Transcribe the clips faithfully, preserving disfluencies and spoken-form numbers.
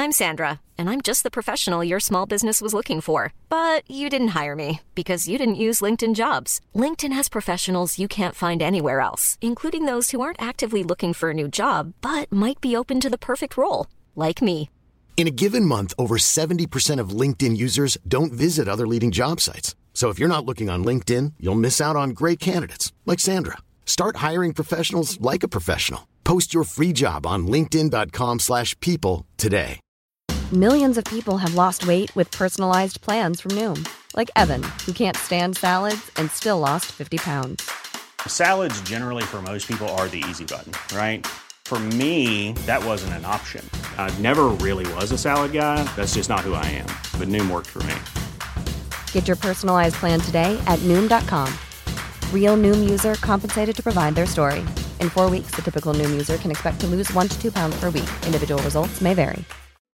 I'm Sandra, and I'm just the professional your small business was looking for. But you didn't hire me because you didn't use LinkedIn Jobs. LinkedIn has professionals you can't find anywhere else, including those who aren't actively looking for a new job, but might be open to the perfect role, like me. In a given month, over seventy percent of LinkedIn users don't visit other leading job sites. So if you're not looking on LinkedIn, you'll miss out on great candidates like Sandra. Start hiring professionals like a professional. Post your free job on linkedin dot com slash people today. Millions of people have lost weight with personalized plans from Noom. Like Evan, who can't stand salads and still lost fifty pounds. Salads generally for most people are the easy button, right? For me, that wasn't an option. I never really was a salad guy. That's just not who I am. But Noom worked for me. Get your personalized plan today at Noom dot com. Real Noom user compensated to provide their story. In four weeks, the typical Noom user can expect to lose one to two pounds per week. Individual results may vary.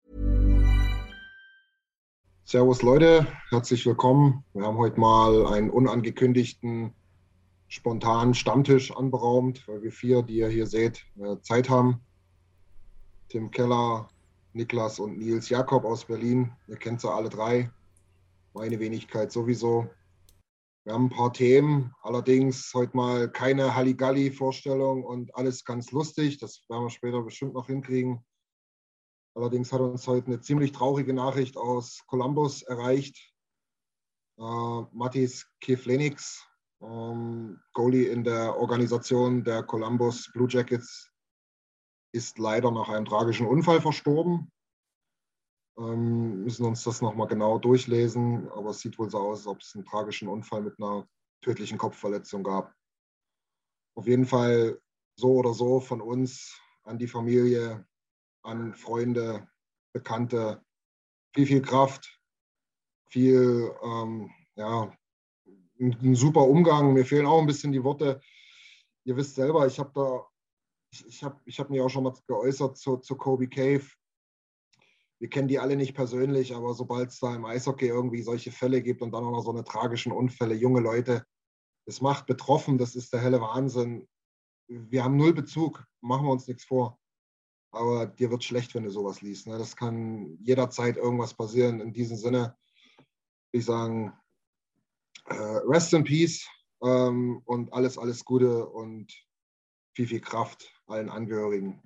Servus Leute, herzlich willkommen. Wir haben heute mal einen unangekündigten, spontanen Stammtisch anberaumt, weil wir vier, die ihr hier seht, Zeit haben. Tim Keller, Niklas und Nils Jakob aus Berlin. Ihr kennt sie alle drei. Meine Wenigkeit sowieso. Wir haben ein paar Themen, allerdings heute mal keine Halligalli-Vorstellung und alles ganz lustig. Das werden wir später bestimmt noch hinkriegen. Allerdings hat uns heute eine ziemlich traurige Nachricht aus Columbus erreicht. Äh, Matis Kiflenix, ähm, Goalie in der Organisation der Columbus Blue Jackets, ist leider nach einem tragischen Unfall verstorben. Ähm, müssen uns das nochmal genau durchlesen, aber es sieht wohl so aus, als ob es einen tragischen Unfall mit einer tödlichen Kopfverletzung gab. Auf jeden Fall so oder so von uns an die Familie, an Freunde, Bekannte, viel, viel Kraft, viel, ähm, ja, ein, ein super Umgang. Mir fehlen auch ein bisschen die Worte. Ihr wisst selber, ich habe da, ich, ich habe ich hab mich auch schon mal geäußert zu, zu Kobe Cave. Wir kennen die alle nicht persönlich, aber sobald es da im Eishockey irgendwie solche Fälle gibt und dann auch noch so eine tragischen Unfälle, junge Leute, das macht betroffen, das ist der helle Wahnsinn. Wir haben null Bezug, machen wir uns nichts vor. Aber dir wird schlecht, wenn du sowas liest. Ne? Das kann jederzeit irgendwas passieren. In diesem Sinne würde ich sagen, äh, rest in peace ähm, und alles, alles Gute und viel, viel Kraft allen Angehörigen.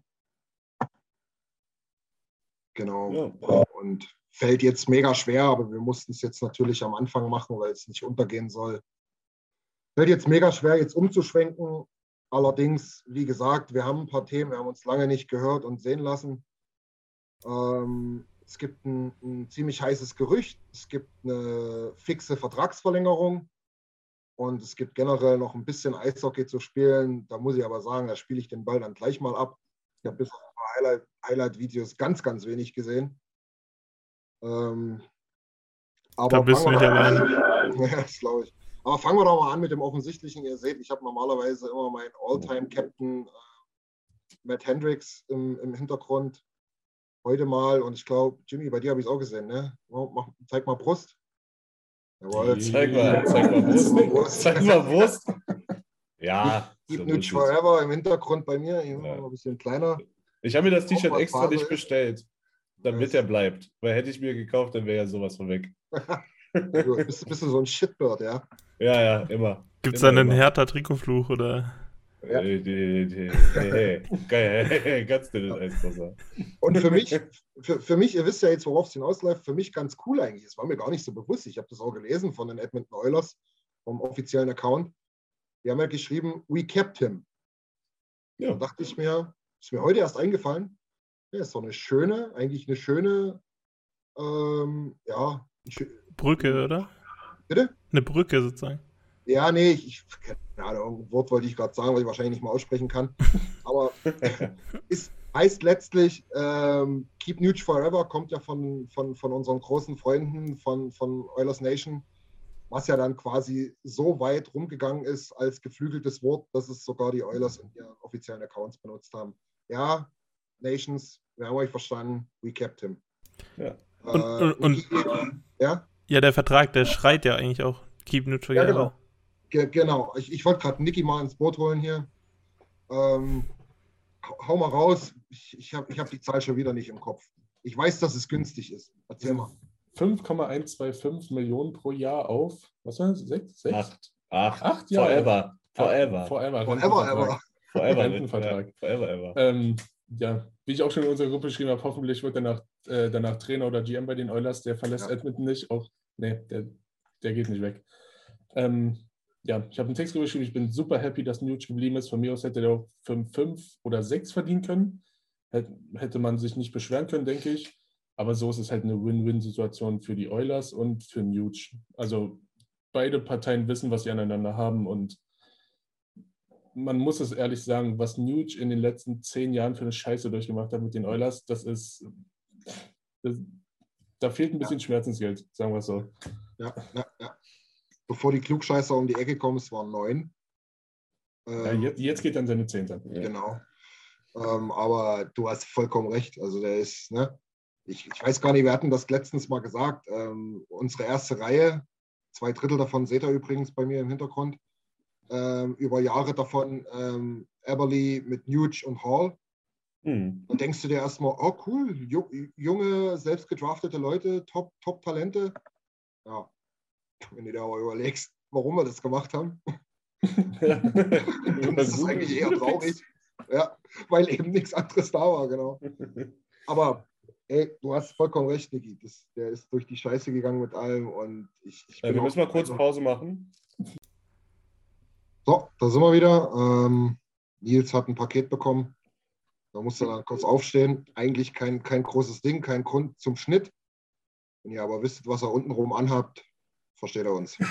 Genau. Ja. Und fällt jetzt mega schwer, aber wir mussten es jetzt natürlich am Anfang machen, weil es nicht untergehen soll. Fällt jetzt mega schwer, jetzt umzuschwenken. Allerdings, wie gesagt, wir haben ein paar Themen, wir haben uns lange nicht gehört und sehen lassen. Ähm, es gibt ein, ein ziemlich heißes Gerücht, es gibt eine fixe Vertragsverlängerung und es gibt generell noch ein bisschen Eishockey zu spielen. Da muss ich aber sagen, da spiele ich den Ball dann gleich mal ab. Ich habe bis auf ein paar Highlight, Highlight-Videos ganz, ganz wenig gesehen. Ähm, aber da bist du nicht allein. Ja, das glaube ich. Aber fangen wir doch mal an mit dem Offensichtlichen. Ihr seht, ich habe normalerweise immer meinen All-Time-Captain äh, Matt Hendricks im, im Hintergrund. Heute mal, und ich glaube, Jimmy, bei dir habe ich es auch gesehen, ne? Mach, zeig mal Brust. Jawohl. Zeig mal, zeig mal Brust. Zeig mal Brust. Ja. Keep Nuge Forever im Hintergrund bei mir. Hier ja. Ein bisschen kleiner. Ich habe mir das T-Shirt extra nicht bestellt, damit er bleibt. Weil hätte ich mir gekauft, dann wäre ja sowas von weg. Du bist, bist du so ein Shitbird, ja? Ja, ja, immer. Gibt es da einen härter Trikotfluch, oder? Ja. Hey, hey, hey, hey, geil, hey, hey, ganz dünnes Eiswasser. Und für mich, für, für mich, ihr wisst ja jetzt, worauf es hinausläuft, für mich ganz cool eigentlich. Es war mir gar nicht so bewusst. Ich habe das auch gelesen von den Edmonton Oilers, vom offiziellen Account. Die haben ja geschrieben, we kept him. Ja. Da dachte ich mir, ist mir heute erst eingefallen, ja, ist doch eine schöne, eigentlich eine schöne, ähm, ja, Brücke, oder? Bitte? Eine Brücke sozusagen. Ja, nee, ich, ich keine Ahnung, ein Wort wollte ich gerade sagen, was ich wahrscheinlich nicht mal aussprechen kann. Aber es heißt letztlich, ähm, Keep Nuge Forever kommt ja von, von, von unseren großen Freunden von, von Oilers Nation, was ja dann quasi so weit rumgegangen ist als geflügeltes Wort, dass es sogar die Oilers in ihren offiziellen Accounts benutzt haben. Ja, Nations, wir haben euch verstanden, we kept him. Ja. Und, äh, und, und ja? Ja, der Vertrag, der schreit ja eigentlich auch Keep Nuge Forever. Ja, genau. Ge- genau. Ich, ich wollte gerade Niki mal ins Boot holen hier. Ähm, hau mal raus. Ich, ich habe ich hab die Zahl schon wieder nicht im Kopf. Ich weiß, dass es günstig ist. Erzähl mal. fünf Komma hundertfünfundzwanzig Millionen pro Jahr auf, was war das? Sechs? Sechs? Acht. Acht. Acht Jahre. Forever. Forever. Forever. Forever, ever. Forever. Rentenvertrag. Forever, ever. Ähm, ja, wie ich auch schon in unserer Gruppe geschrieben habe, hoffentlich wird danach, äh, danach Trainer oder G M bei den Oilers. Der verlässt Ja. Edmonton nicht. Auch, nee, der, der geht nicht weg. Ähm, ja, ich habe einen Text geschrieben. Ich bin super happy, dass Nuge geblieben ist. Von mir aus hätte der auch fünf, fünf oder sechs verdienen können. Hätte man sich nicht beschweren können, denke ich. Aber so ist es halt eine Win-Win-Situation für die Oilers und für Nuge. Also beide Parteien wissen, was sie aneinander haben, und man muss es ehrlich sagen, was Nuge in den letzten zehn Jahren für eine Scheiße durchgemacht hat mit den Oilers, das ist, das, da fehlt ein bisschen ja. Schmerzensgeld, sagen wir es so. Ja, ja, ja. Bevor die Klugscheißer um die Ecke kommen, es waren neun. Ähm, ja, jetzt, jetzt geht dann seine Zehnter. Genau. Ähm, aber du hast vollkommen recht. Also der ist, ne? Ich, ich weiß gar nicht, wir hatten das letztens mal gesagt. Ähm, unsere erste Reihe, zwei Drittel davon seht ihr übrigens bei mir im Hintergrund, ähm, über Jahre davon ähm, Eberle mit Nuge und Hall. Hm. Dann denkst du dir erstmal, oh cool, ju junge, selbst gedraftete Leute, Top, Top-Talente. Ja, wenn du dir aber überlegst, warum wir das gemacht haben, dann ist es eigentlich eher traurig. Ja, weil eben nichts anderes da war, genau. Aber ey, du hast vollkommen recht, Niki. Das, der ist durch die Scheiße gegangen mit allem, und ich, ich bin ja, wir müssen mal kurz Pause machen. So, da sind wir wieder. Ähm, Nils hat ein Paket bekommen. Da musste er dann kurz aufstehen. Eigentlich kein, kein großes Ding, kein Grund zum Schnitt. Wenn ihr aber wisst, was er untenrum anhabt, versteht er uns.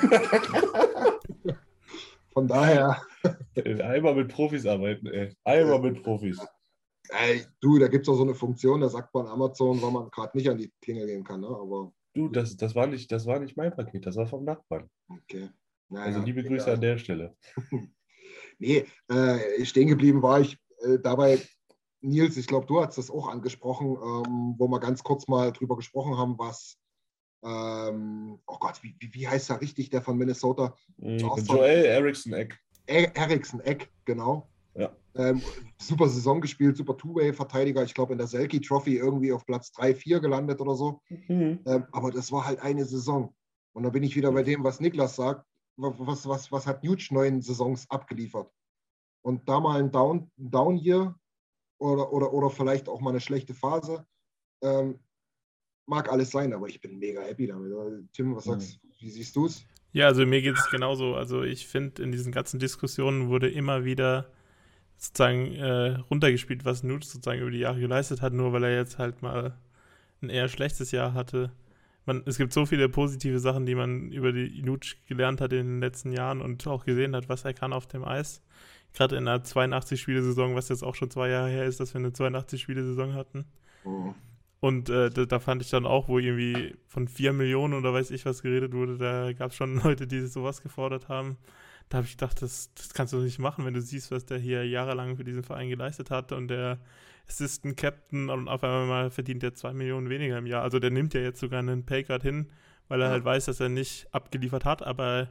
Von daher. Einmal mit Profis arbeiten, ey. Einmal mit Profis. Ey, du, da gibt es auch so eine Funktion, da sagt man Amazon, weil man gerade nicht an die Klingel gehen kann, ne? Aber. Du, das, das, war nicht, das war nicht mein Paket, das war vom Nachbarn. Okay. Naja, also liebe Grüße egal. An der Stelle. Nee, äh, stehen geblieben war ich äh, dabei, Nils, ich glaube, du hast das auch angesprochen, ähm, wo wir ganz kurz mal drüber gesprochen haben, was, ähm, oh Gott, wie, wie, wie heißt er richtig, der von Minnesota? Mm, Joel Eriksson Ek. Eriksson Ek, genau. Ja. Ähm, super Saison gespielt, super Two-Way-Verteidiger. Ich glaube, in der Selke Trophy irgendwie auf Platz drei, vier gelandet oder so. Mhm. Ähm, aber das war halt eine Saison. Und da bin ich wieder bei dem, was Niklas sagt. Was, was, was hat Nuge neun Saisons abgeliefert? Und da mal ein Down, ein Down Year oder, oder, oder vielleicht auch mal eine schlechte Phase. Ähm, mag alles sein, aber ich bin mega happy damit. Tim, was sagst du? Mhm. Wie siehst du es? Ja, also mir geht es genauso. Also ich finde, in diesen ganzen Diskussionen wurde immer wieder sozusagen äh, runtergespielt, was Nuge sozusagen über die Jahre geleistet hat, nur weil er jetzt halt mal ein eher schlechtes Jahr hatte. Man, es gibt so viele positive Sachen, die man über die Nuge gelernt hat in den letzten Jahren und auch gesehen hat, was er kann auf dem Eis. Gerade in einer zweiundachtzig-Spiele-Saison, was jetzt auch schon zwei Jahre her ist, dass wir eine zweiundachtzig-Spiele-Saison hatten. Mhm. Und äh, da, da fand ich dann auch, wo irgendwie von vier Millionen oder weiß ich was geredet wurde, da gab es schon Leute, die sowas gefordert haben. Da habe ich gedacht, das, das kannst du nicht machen, wenn du siehst, was der hier jahrelang für diesen Verein geleistet hat, und der Assistant Captain, und auf einmal mal verdient der zwei Millionen weniger im Jahr. Also der nimmt ja jetzt sogar einen Paycard hin, weil er ja. halt weiß, dass er nicht abgeliefert hat, aber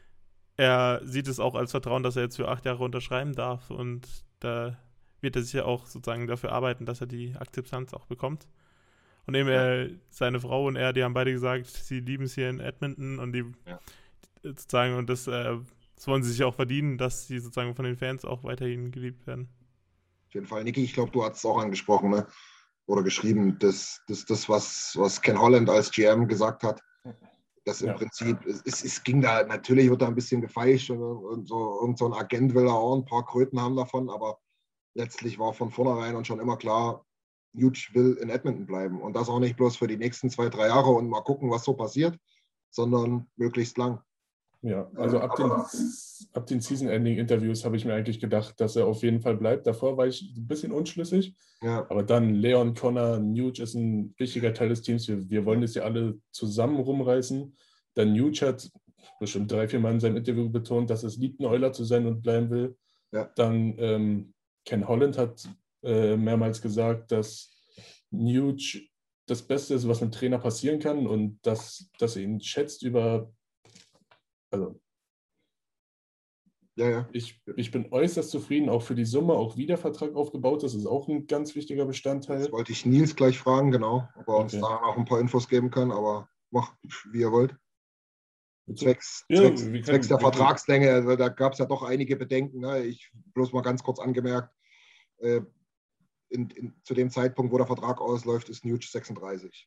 er sieht es auch als Vertrauen, dass er jetzt für acht Jahre unterschreiben darf, und da wird er sicher auch sozusagen dafür arbeiten, dass er die Akzeptanz auch bekommt. Und eben er, seine Frau und er, die haben beide gesagt, sie lieben es hier in Edmonton, und die ja. sozusagen, und das, äh, das wollen sie sich auch verdienen, dass sie sozusagen von den Fans auch weiterhin geliebt werden. Auf jeden Fall, Niki, ich glaube, du hast es auch angesprochen, ne? Oder geschrieben, dass das, das was, was Ken Holland als G M gesagt hat, dass im ja. Prinzip, es, es, es ging da, natürlich wird da ein bisschen gefeilscht, und, und so, und so ein Agent will da auch ein paar Kröten haben davon, aber letztlich war von vornherein und schon immer klar, Nuge will in Edmonton bleiben, und das auch nicht bloß für die nächsten zwei, drei Jahre und mal gucken, was so passiert, sondern möglichst lang. Ja, also ab den, ab den Season-Ending-Interviews habe ich mir eigentlich gedacht, dass er auf jeden Fall bleibt. Davor war ich ein bisschen unschlüssig, ja. aber dann Leon, Connor, Nuge ist ein wichtiger Teil des Teams. Wir, wir wollen das ja alle zusammen rumreißen. Dann Nuge hat bestimmt drei, vier Mal in seinem Interview betont, dass es liebt, ein Euler zu sein und bleiben will. Ja. Dann ähm, Ken Holland hat äh, mehrmals gesagt, dass Nuge das Beste ist, was einem Trainer passieren kann, und dass, dass er ihn schätzt über... Also, Ja, ja. Ich, ich bin äußerst zufrieden, auch für die Summe, auch wie der Vertrag aufgebaut ist, ist auch ein ganz wichtiger Bestandteil. Das wollte ich Nils gleich fragen, genau, ob er uns Okay. da noch ein paar Infos geben kann, aber macht, wie ihr wollt. Zwecks, Ja, zwecks, wir können- zwecks der wir können- Vertragslänge, also da gab es ja doch einige Bedenken. Ne? Ich bloß mal ganz kurz angemerkt, äh, in, in, zu dem Zeitpunkt, wo der Vertrag ausläuft, ist Nuge sechsunddreißig.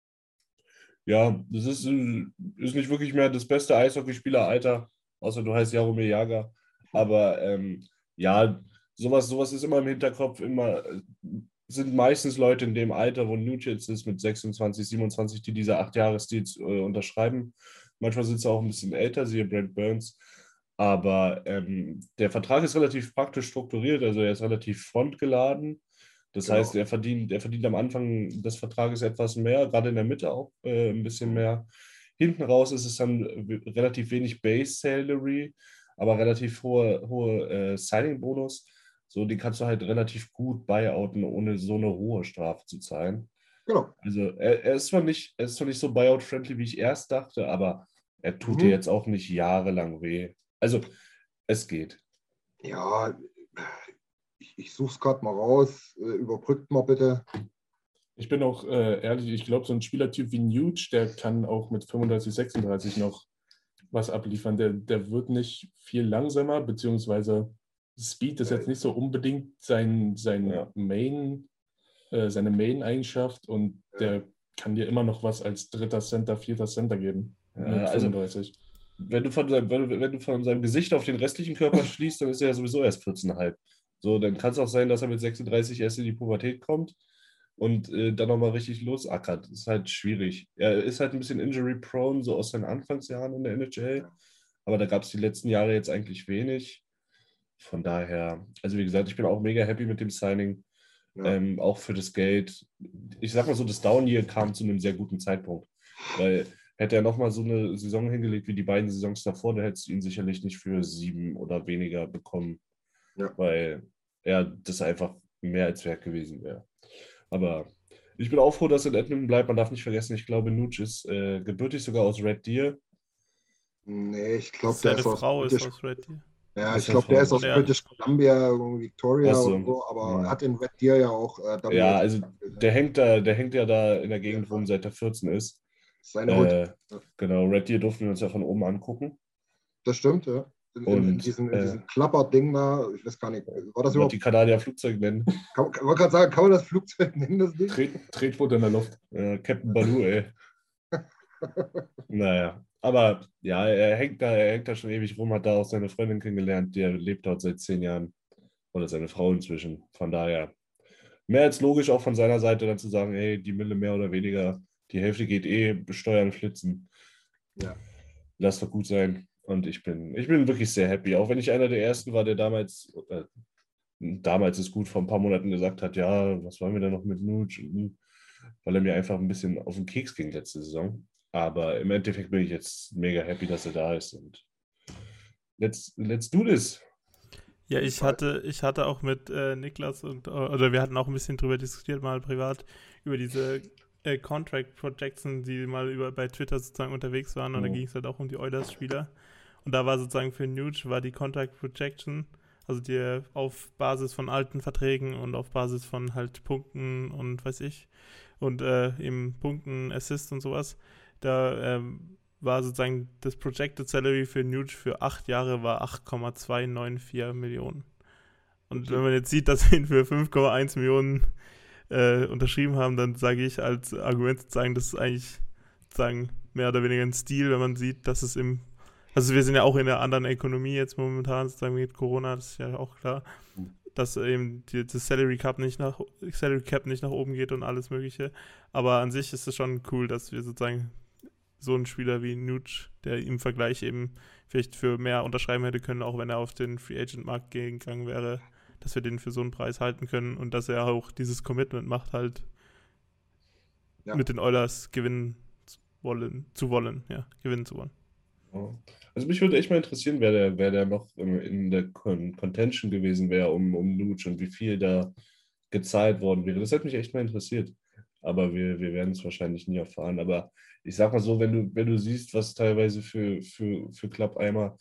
Ja, das ist, äh, ist nicht wirklich mehr das beste Eishockeyspieleralter, außer du heißt Jaromir Jagr. Aber ähm, ja, sowas, sowas ist immer im Hinterkopf, immer äh, sind meistens Leute in dem Alter, wo Nuge jetzt ist, mit sechsundzwanzig, siebenundzwanzig, die diese acht-Jahres-Deals äh, unterschreiben. Manchmal sind sie auch ein bisschen älter, siehe Brent Burns. Aber ähm, der Vertrag ist relativ praktisch strukturiert, also er ist relativ frontgeladen. Das Genau. heißt, er verdient, er verdient am Anfang des Vertrages etwas mehr, gerade in der Mitte auch äh, ein bisschen mehr. Hinten raus ist es dann äh, relativ wenig Base Salary, aber relativ hohe, hohe äh, Signing-Bonus. So, die kannst du halt relativ gut buyouten, ohne so eine hohe Strafe zu zahlen. Genau. Also er, er ist zwar nicht, er ist zwar nicht so buyout-friendly, wie ich erst dachte, aber er tut Mhm. dir jetzt auch nicht jahrelang weh. Also es geht. Ja, ich, ich suche es gerade mal raus. Äh, Überbrückt mal bitte. Ich bin auch äh, ehrlich, ich glaube, so ein Spielertyp wie Nuge, der kann auch mit fünfunddreißig, sechsunddreißig noch was abliefern. Der, der wird nicht viel langsamer, beziehungsweise Speed ist jetzt nicht so unbedingt sein, sein Ja. Main, äh, seine Main-Eigenschaft und der kann dir immer noch was als dritter Center, vierter Center geben. Ja, mit also- fünfunddreißig. Wenn du, von seinem, wenn, du, wenn du von seinem Gesicht auf den restlichen Körper schließt, dann ist er ja sowieso erst vierzehn Komma fünf. So, dann kann es auch sein, dass er mit sechsunddreißig erst in die Pubertät kommt und äh, dann nochmal richtig losackert. Das ist halt schwierig. Er ist halt ein bisschen injury-prone, so aus seinen Anfangsjahren in der N H L. Aber da gab es die letzten Jahre jetzt eigentlich wenig. Von daher, also wie gesagt, ich bin auch mega happy mit dem Signing. Ja. Ähm, auch für das Geld. Ich sag mal so, das Down-Year kam zu einem sehr guten Zeitpunkt. Weil hätte er nochmal so eine Saison hingelegt wie die beiden Saisons davor, dann hättest du ihn sicherlich nicht für sieben oder weniger bekommen. Ja. Weil er das einfach mehr als wert gewesen wäre. Aber ich bin auch froh, dass er in Edmonton bleibt. Man darf nicht vergessen, ich glaube, Nuge ist äh, gebürtig sogar aus Red Deer. Nee, ich glaube, der Seine ist aus Frau ist British, aus Red Deer. ja, Ist ich der glaube, der Frau. ist aus Und er- British Columbia, irgendwie Victoria Ach so. und so, aber Ja. er hat in Red Deer ja auch äh, W Ja, H L also gespielt, der ne? hängt da, der hängt ja da in der Gegend rum, seit er vierzehn ist. Seine Hut. Äh, genau, Red Deer durften wir uns ja von oben angucken. Das stimmt, ja. In, in, in Und, diesem, in äh, diesem Klapperding da, ich weiß gar nicht, war das Ich wollte überhaupt, die Kanadier Flugzeug nennen. kann, kann, man gerade sagen, kann man das Flugzeug nennen, das Ding? Tret, Tretboot in der Luft. Äh, Captain Baloo, ey. Naja, aber ja, er hängt da, er hängt da schon ewig rum, hat da auch seine Freundin kennengelernt, der lebt dort seit zehn Jahren. Oder seine Frau inzwischen. Von daher, mehr als logisch auch von seiner Seite dann zu sagen, hey, die Mille mehr oder weniger, die Hälfte geht eh besteuern, flitzen. Ja. Lass doch gut sein. Und ich bin, ich bin wirklich sehr happy. Auch wenn ich einer der Ersten war, der damals, äh, damals ist gut, vor ein paar Monaten gesagt hat, ja, was wollen wir denn noch mit Nuge? Weil er mir einfach ein bisschen auf den Keks ging letzte Saison. Aber im Endeffekt bin ich jetzt mega happy, dass er da ist. Und let's, let's do this. Ja, ich hatte, ich hatte auch mit äh, Niklas und, äh, oder wir hatten auch ein bisschen drüber diskutiert, mal privat, über diese äh, Contract Projections, die mal über bei Twitter sozusagen unterwegs waren. Und Mhm. da ging es halt auch um die Oilers-Spieler. Und da war sozusagen für Nuge war die Contract Projection, also die auf Basis von alten Verträgen und auf Basis von halt Punkten und weiß ich, und äh, eben Punkten, Assist und sowas, da ähm, war sozusagen das Projected Salary für Nuge für acht Jahre war acht Komma zwei neun vier Millionen. Und Okay. wenn man jetzt sieht, dass sie ihn für fünf Komma eins Millionen äh, unterschrieben haben, dann sage ich als Argument sozusagen, das ist eigentlich sozusagen mehr oder weniger ein Stil, wenn man sieht, dass es im, also wir sind ja auch in einer anderen Ökonomie jetzt momentan, sozusagen mit Corona, das ist ja auch klar, dass eben die, das Salary Cap nicht nach Salary Cap nicht nach oben geht und alles Mögliche. Aber an sich ist es schon cool, dass wir sozusagen so einen Spieler wie Nuge, der im Vergleich eben vielleicht für mehr unterschreiben hätte können, auch wenn er auf den Free Agent Markt gegangen wäre, dass wir den für so einen Preis halten können und dass er auch dieses Commitment macht, halt Ja. mit den Oilers gewinnen zu wollen, zu wollen, ja, gewinnen zu wollen. Ja. Also mich würde echt mal interessieren, wer der, wer der noch in, in der Con Contention gewesen wäre um, um Nuge und wie viel da gezahlt worden wäre. Das hätte mich echt mal interessiert. Aber wir, wir werden es wahrscheinlich nie erfahren. Aber ich sag mal so, wenn du, wenn du siehst, was teilweise für, für, für Klappeimer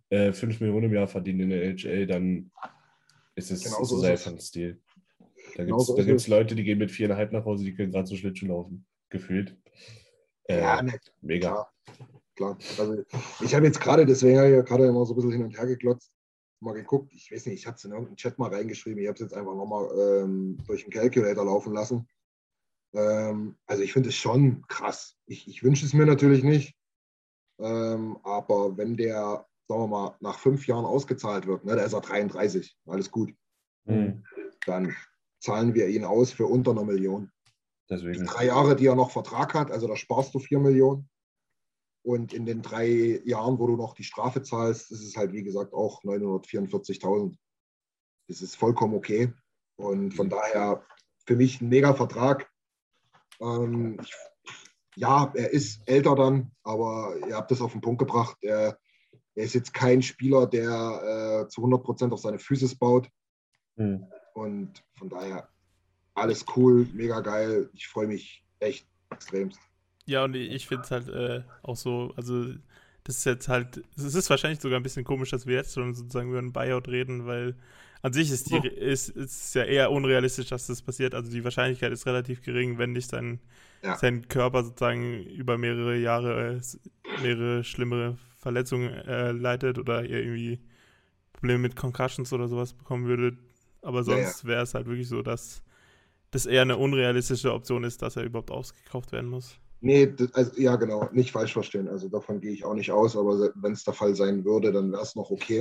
äh, fünf Millionen im Jahr verdienen in der N H L, dann ist es, Genau ist so es ist einfach es. ein Stil. Da Genau gibt es so da ist gibt's es. Leute, die gehen mit viereinhalb nach Hause, die können gerade so Schlittschuh laufen, gefühlt. Äh, Ja, ne, mega. klar. klar. Also ich habe jetzt gerade, deswegen habe ich ja gerade immer so ein bisschen hin und her geklotzt, mal geguckt, ich weiß nicht, ich hatte es in irgendeinen Chat mal reingeschrieben, ich habe es jetzt einfach nochmal ähm, durch den Calculator laufen lassen. Ähm, also ich finde es schon krass. Ich, ich wünsche es mir natürlich nicht, ähm, aber wenn der, sagen wir mal, nach fünf Jahren ausgezahlt wird, ne, da ist er dreiunddreißig, alles gut, Mhm. dann zahlen wir ihn aus für unter einer Million. Die Deswegen. drei Jahre, die er noch Vertrag hat, also da sparst du vier Millionen. Und in den drei Jahren, wo du noch die Strafe zahlst, ist es halt, wie gesagt, auch neunhundertvierundvierzigtausend. Das ist vollkommen okay. Und von daher für mich ein mega Vertrag. Ähm, ich, ja, er ist älter dann, aber ihr habt das auf den Punkt gebracht. Er, er ist jetzt kein Spieler, der äh, zu hundert Prozent auf seine Physis baut. Mhm. Und von daher alles cool, mega geil. Ich freue mich echt extremst. Ja, und ich finde es halt äh, auch so, also das ist jetzt halt, es ist wahrscheinlich sogar ein bisschen komisch, dass wir jetzt schon sozusagen über einen Buyout reden, weil an sich ist die ist, ist ja eher unrealistisch, dass das passiert. Also die Wahrscheinlichkeit ist relativ gering, wenn nicht sein, Ja. sein Körper sozusagen über mehrere Jahre äh, mehrere schlimmere Verletzungen äh, leitet oder er irgendwie Probleme mit Concussions oder sowas bekommen würde. Aber Ja, ja. sonst wäre es halt wirklich so, dass das eher eine unrealistische Option ist, dass er überhaupt ausgekauft werden muss. Nee, das, also, ja, genau, nicht falsch verstehen. Also davon gehe ich auch nicht aus, aber wenn es der Fall sein würde, dann wäre es noch okay.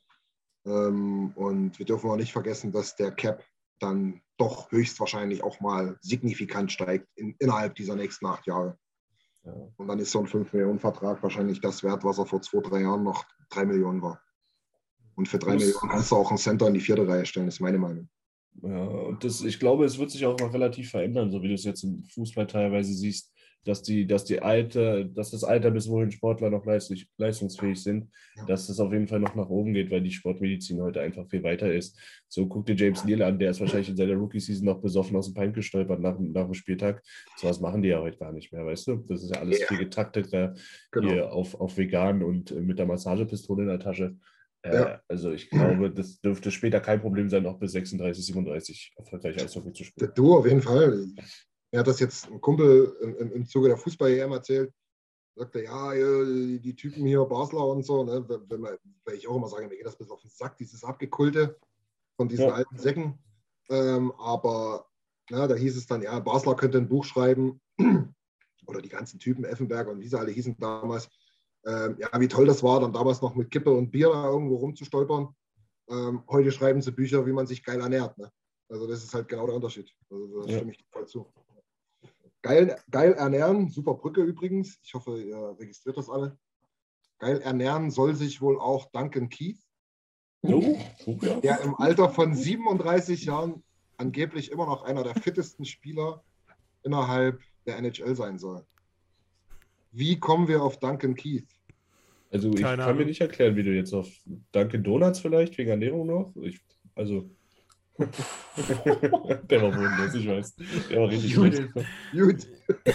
Ähm, und wir dürfen auch nicht vergessen, dass der Cap dann doch höchstwahrscheinlich auch mal signifikant steigt in, innerhalb dieser nächsten acht Jahre. Ja. Und dann ist so ein fünf Millionen Vertrag wahrscheinlich das wert, was er vor zwei, drei Jahren noch drei Millionen war. Und für drei Muss- Millionen kannst du auch einen Center in die vierte Reihe stellen, ist meine Meinung. Ja, und das, ich glaube, es wird sich auch noch relativ verändern, so wie du es jetzt im Fußball teilweise siehst, dass die, dass die Alter, dass das Alter, bis wohin Sportler noch leistung, leistungsfähig sind, Ja. dass das auf jeden Fall noch nach oben geht, weil die Sportmedizin heute einfach viel weiter ist. So, guck dir James Neal an, der ist wahrscheinlich in seiner Rookie-Season noch besoffen aus dem Bein gestolpert nach, nach dem Spieltag. So was machen die ja heute gar nicht mehr, weißt du? Das ist ja alles Ja. viel getakteter Genau. hier auf, auf vegan und äh, mit der Massagepistole in der Tasche. Äh, Ja. Also ich glaube, das dürfte später kein Problem sein, noch bis sechsunddreißig, siebenunddreißig erfolgreich Eishockey zu spielen. Du auf jeden Fall. Mir hat das jetzt ein Kumpel im, im Zuge der Fußball-E M erzählt. Sagte, ja, die, die Typen hier, Basler und so, ne, wenn man, weil ich auch immer sage, mir geht das bis auf den Sack, dieses Abgekulte von diesen Ja. alten Säcken. Ähm, aber na, da hieß es dann, ja, Basler könnte ein Buch schreiben, oder die ganzen Typen, Effenberg und wie sie alle hießen damals, ähm, ja, wie toll das war, dann damals noch mit Kippe und Bier da irgendwo rumzustolpern. Ähm, heute schreiben sie Bücher, wie man sich geil ernährt. Ne? Also das ist halt genau der Unterschied. Also da Ja. stimme ich voll zu. Geil, geil ernähren, super Brücke übrigens. Ich hoffe, ihr registriert das alle. Geil ernähren soll sich wohl auch Duncan Keith, Oh, oh, ja. der im Alter von siebenunddreißig Jahren angeblich immer noch einer der fittesten Spieler innerhalb der N H L sein soll. Wie kommen wir auf Duncan Keith? Also ich Keine kann mir Ahnung. nicht erklären, wie du jetzt auf Dunkin' Donuts vielleicht, wegen Ernährung noch. Ich, also. Der war bodenlos, ich weiß. Der war richtig schlecht. Gut.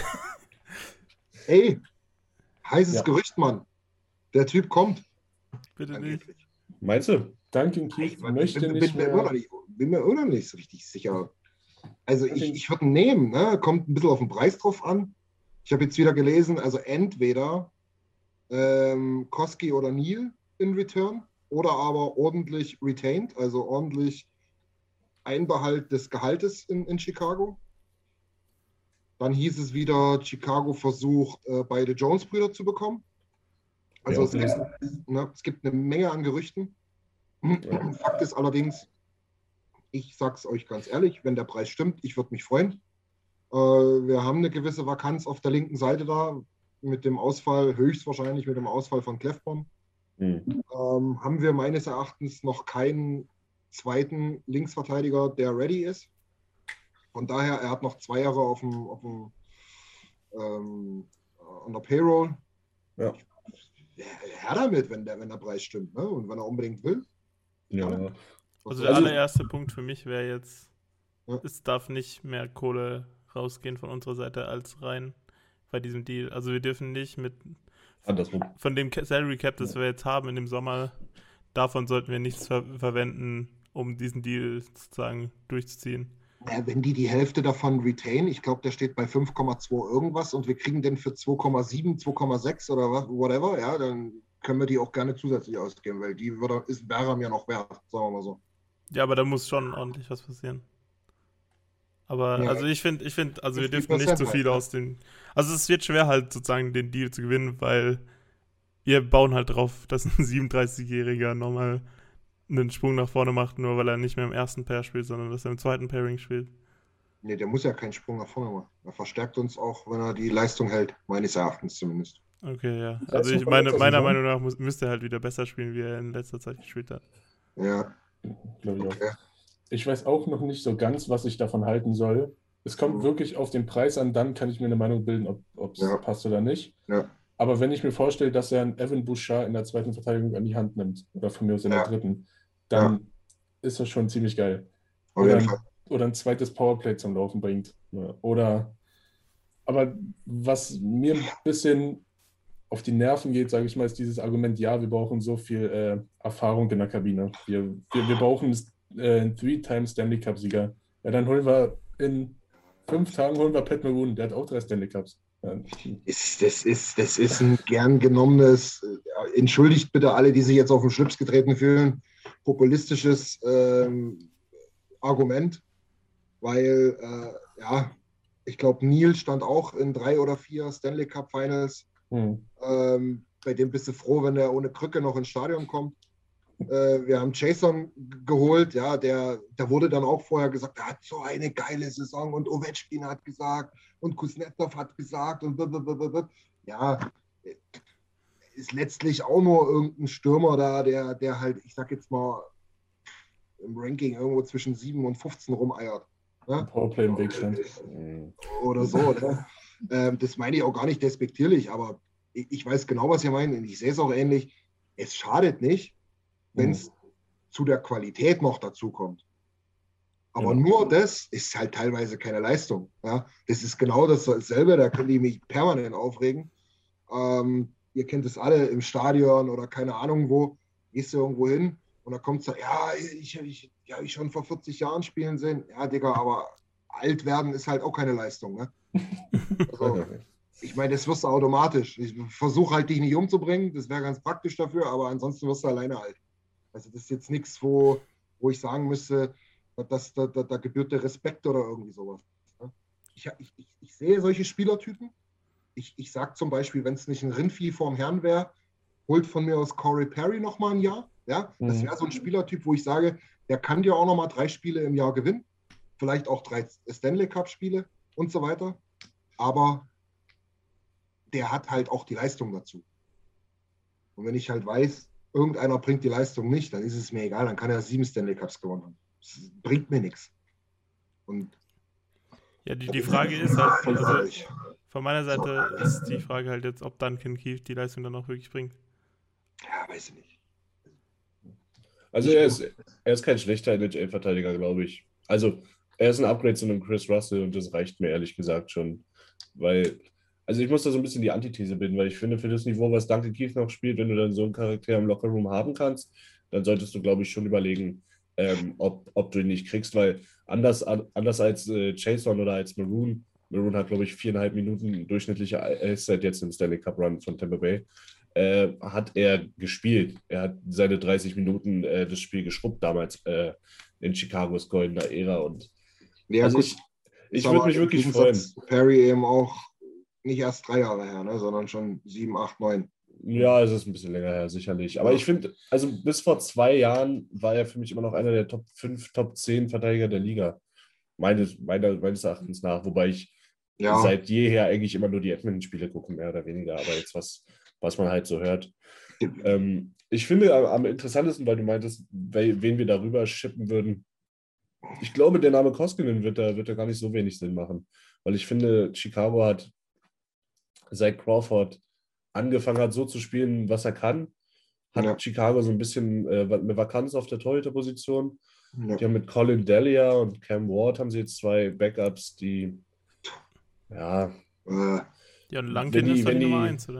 Ey, heißes Ja. Gerücht, Mann. Der Typ kommt. Bitte nicht. Angeblich. Meinst du? Duncan Ich Keith bin, möchte bin, nicht bin, mir immer noch mehr. nicht, bin mir immer noch nicht so richtig sicher. Also ich, ich würde ihn nehmen. Ne? Kommt ein bisschen auf den Preis drauf an. Ich habe jetzt wieder gelesen, also entweder ähm, Koski oder Neal in Return oder aber ordentlich retained, also ordentlich Einbehalt des Gehaltes in, in Chicago. Dann hieß es wieder, Chicago versucht, äh, beide Jones-Brüder zu bekommen. Also Ja, es, gibt, ne, es gibt eine Menge an Gerüchten. Ja. Fakt ist allerdings, ich sage es euch ganz ehrlich, wenn der Preis stimmt, ich würde mich freuen. Äh, wir haben eine gewisse Vakanz auf der linken Seite da, mit dem Ausfall, höchstwahrscheinlich mit dem Ausfall von Klefbom. Hm. Ähm, haben wir meines Erachtens noch keinen zweiten Linksverteidiger, der ready ist. Von daher, er hat noch zwei Jahre auf dem, auf dem ähm, on der Payroll. Ja. Her damit, wenn der, wenn der Preis stimmt, ne? Und wenn er unbedingt will. Ja. Also Also, der allererste Punkt für mich wäre jetzt, Ja. es darf nicht mehr Kohle rausgehen von unserer Seite als rein bei diesem Deal. Also wir dürfen nicht mit andersrum. Von dem Salary Cap, das wir jetzt haben in dem Sommer, davon sollten wir nichts ver- verwenden, um diesen Deal sozusagen durchzuziehen. Ja, wenn die die Hälfte davon retain, ich glaube, der steht bei fünf Komma zwei irgendwas und wir kriegen den für zwei Komma sieben, zwei Komma sechs oder was, whatever, ja, dann können wir die auch gerne zusätzlich ausgeben, weil die würde, ist Berram ja noch wert, sagen wir mal so. Ja, aber da muss schon ordentlich was passieren. Aber Ja. also ich finde, ich finde, also wir fünfzig dürfen nicht so Prozent viel halt, aus den. Also es wird schwer halt sozusagen den Deal zu gewinnen, weil wir bauen halt drauf, dass ein siebenunddreißigjähriger nochmal einen Sprung nach vorne macht, nur weil er nicht mehr im ersten Pair spielt, sondern dass er im zweiten Pairing spielt. Nee, der muss ja keinen Sprung nach vorne machen. Er verstärkt uns auch, wenn er die Leistung hält, meines Erachtens zumindest. Okay, ja. Das Also ist ich noch meine, letzter meiner Saison. Meinung nach muss, müsste er halt wieder besser spielen, wie er in letzter Zeit gespielt hat. Ja, Glaube ich auch. okay. Ich weiß auch noch nicht so ganz, was ich davon halten soll. Es kommt Mhm. wirklich auf den Preis an, dann kann ich mir eine Meinung bilden, ob es Ja. passt oder nicht. Ja. Aber wenn ich mir vorstelle, dass er einen Evan Bouchard in der zweiten Verteidigung an die Hand nimmt, oder von mir aus in Ja. der dritten, dann ist das schon ziemlich geil. Auf Oder jeden ein, Fall. oder ein zweites Powerplay zum Laufen bringt. Ja. Oder, aber was mir ein bisschen auf die Nerven geht, sage ich mal, ist dieses Argument, ja, wir brauchen so viel äh, Erfahrung in der Kabine. Wir, wir, wir brauchen äh, einen Three-Time Stanley Cup-Sieger. Ja, dann holen wir in fünf Tagen holen wir Pat Maroon, der hat auch drei Stanley Cups. Ja. Ist, das, ist, das ist ein gern genommenes, äh, entschuldigt bitte alle, die sich jetzt auf den Schlips getreten fühlen, populistisches ähm, Argument, weil, äh, ja, ich glaube, Neil stand auch in drei oder vier Stanley Cup Finals. Hm. Ähm, bei dem bist du froh, wenn er ohne Krücke noch ins Stadion kommt. Äh, wir haben Jason geholt, ja, der, der wurde dann auch vorher gesagt, er hat so eine geile Saison und Ovechkin hat gesagt und Kuznetsov hat gesagt und blablabla. Ja, ist letztlich auch nur irgendein Stürmer da, der, der halt, ich sag jetzt mal, im Ranking irgendwo zwischen sieben und fünfzehn rumeiert. Ne? Powerplay im Weg stand. Oder so. Ne? Ähm, das meine ich auch gar nicht despektierlich, aber ich, ich weiß genau, was ihr meint und ich sehe es auch ähnlich. Es schadet nicht, wenn es mhm. zu der Qualität noch dazu kommt. Aber Genau. nur das ist halt teilweise keine Leistung. Ja? Das ist genau dasselbe, da können die mich permanent aufregen. Ähm, ihr kennt es alle im Stadion oder keine Ahnung wo, gehst du irgendwo hin und da kommt so, ja, ich, ich, ja, ich schon vor vierzig Jahren spielen sehen. Ja, Digga, aber alt werden ist halt auch keine Leistung. Ne? Also, ich meine, das wirst du automatisch. Ich versuche halt, dich nicht umzubringen, das wäre ganz praktisch dafür, aber ansonsten wirst du alleine alt. Also das ist jetzt nichts, wo, wo ich sagen müsste, dass da, da, da gebührt der Respekt oder irgendwie sowas. Ich, ich, ich, ich sehe solche Spielertypen. Ich, ich sage zum Beispiel, wenn es nicht ein Rindvieh vorm Herrn wäre, holt von mir aus Corey Perry nochmal ein Jahr. Ja? Das wäre so ein Spielertyp, wo ich sage, der kann dir auch nochmal drei Spiele im Jahr gewinnen. Vielleicht auch drei Stanley Cup-Spiele und so weiter. Aber der hat halt auch die Leistung dazu. Und wenn ich halt weiß, irgendeiner bringt die Leistung nicht, dann ist es mir egal, dann kann er sieben Stanley Cups gewonnen haben. Das bringt mir nichts. Und ja, die, die Frage ist halt, also von meiner Seite ist die Frage halt jetzt, ob Duncan Keith die Leistung dann auch wirklich bringt. Ja, weiß ich nicht. Also er ist, er ist kein schlechter N H L-Verteidiger, glaube ich. Also er ist ein Upgrade zu einem Chris Russell und das reicht mir ehrlich gesagt schon. Weil, also ich muss da so ein bisschen die Antithese bilden, weil ich finde, für das Niveau, was Duncan Keith noch spielt, wenn du dann so einen Charakter im Lockerroom haben kannst, dann solltest du, glaube ich, schon überlegen, ähm, ob, ob du ihn nicht kriegst, weil anders, anders als äh, Chason oder als Maroon, Maroon hat, glaube ich, viereinhalb Minuten durchschnittliche Eiszeit jetzt im Stanley Cup Run von Tampa Bay, äh, hat er gespielt. Er hat seine dreißig Minuten äh, das Spiel geschrubbt damals äh, in Chicagos goldener Ära und ja, also gut. ich, ich würde mich wirklich freuen. Perry eben auch nicht erst drei Jahre her, ne, sondern schon sieben, acht, neun. Ja, es ist ein bisschen länger her, sicherlich. Aber ich finde, also bis vor zwei Jahren war er für mich immer noch einer der Top fünf, Top zehn Verteidiger der Liga. Meines, meiner, meines Erachtens nach. Wobei ich ja. seit jeher eigentlich immer nur die Edmonton-Spiele gucke, mehr oder weniger. Aber jetzt was, was man halt so hört. Ähm, ich finde am, am interessantesten, weil du meintest, wen wir darüber schippen würden. Ich glaube, der Name Koskinen wird da, wird da gar nicht so wenig Sinn machen. Weil ich finde, Chicago hat seit Crawford angefangen hat, so zu spielen, was er kann, hat ja. Chicago so ein bisschen äh, eine Vakanz auf der Torhüterposition. Ja. Die haben mit Colin Delia und Cam Ward haben sie jetzt zwei Backups, die ja... Ja, und Lankin ist doch die Nummer eins, oder nicht?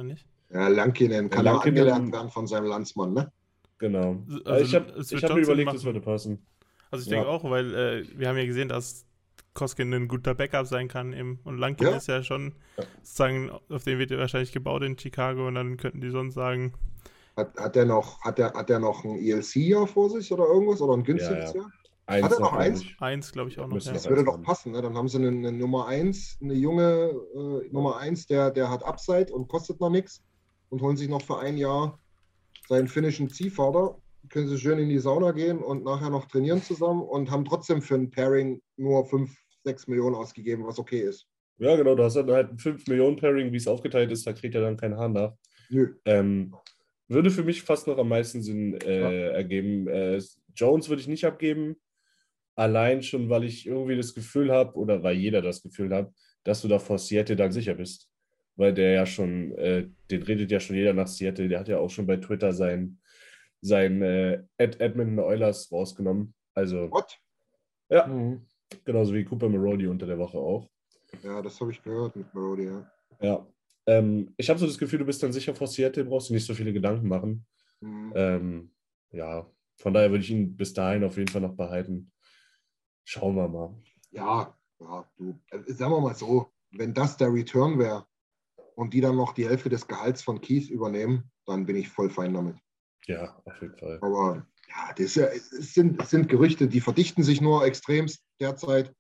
Ja, Lankinen kann Ja, auch Lankinen- angelernt werden von seinem Landsmann, ne? Genau. Also, ich habe es ich wird hab schon mir Sinn überlegt, machen. das würde passen. Also ich Ja. denke auch, weil äh, wir haben ja gesehen, dass Koskinen ein guter Backup sein kann im, und Lankin Ja. ist ja schon Ja. sozusagen, auf den wird er wahrscheinlich gebaut in Chicago und dann könnten die sonst sagen, Hat, hat der noch, hat der, hat der noch ein E L C-Jahr vor sich oder irgendwas? Oder ein günstiges Ja, ja. Jahr? Eins Hat er noch glaub eins? ich. eins, glaube ich, auch noch. Müsste Ja. noch Das würde eins doch haben. passen, ne? Dann haben sie eine, eine Nummer eins, eine junge äh, Nummer eins, der, der hat Upside und kostet noch nichts und holen sich noch für ein Jahr seinen finnischen Ziehvater. Können sie schön in die Sauna gehen und nachher noch trainieren zusammen und haben trotzdem für ein Pairing nur fünf, sechs Millionen ausgegeben, was okay ist. Ja, genau, du hast dann halt ein fünf Millionen Pairing, wie es aufgeteilt ist, da kriegt er dann kein Haar nach. Nö. Ähm, würde für mich fast noch am meisten Sinn äh, ergeben. Äh, Jones würde ich nicht abgeben, allein schon, weil ich irgendwie das Gefühl habe, oder weil jeder das Gefühl hat, dass du da vor Seattle dann sicher bist. Weil der ja schon, äh, den redet ja schon jeder nach Seattle, der hat ja auch schon bei Twitter sein, sein äh, Ed Edmonton Oilers rausgenommen. Also, What? ja, Mhm. genauso wie Cooper Marody unter der Woche auch. Ja, das habe ich gehört mit Marody, ja. Ja. Ähm, ich habe so das Gefühl, du bist dann sicher vor Seattle, brauchst du nicht so viele Gedanken machen. Mhm. Ähm, ja, von daher würde ich ihn bis dahin auf jeden Fall noch behalten. Schauen wir mal. Ja, ja, du, äh, sagen wir mal so, wenn das der Return wäre und die dann noch die Hälfte des Gehalts von Keith übernehmen, dann bin ich voll fein damit. Ja, auf jeden Fall. Aber ja, das ist ja, es sind, es sind Gerüchte, die verdichten sich nur extremst derzeit.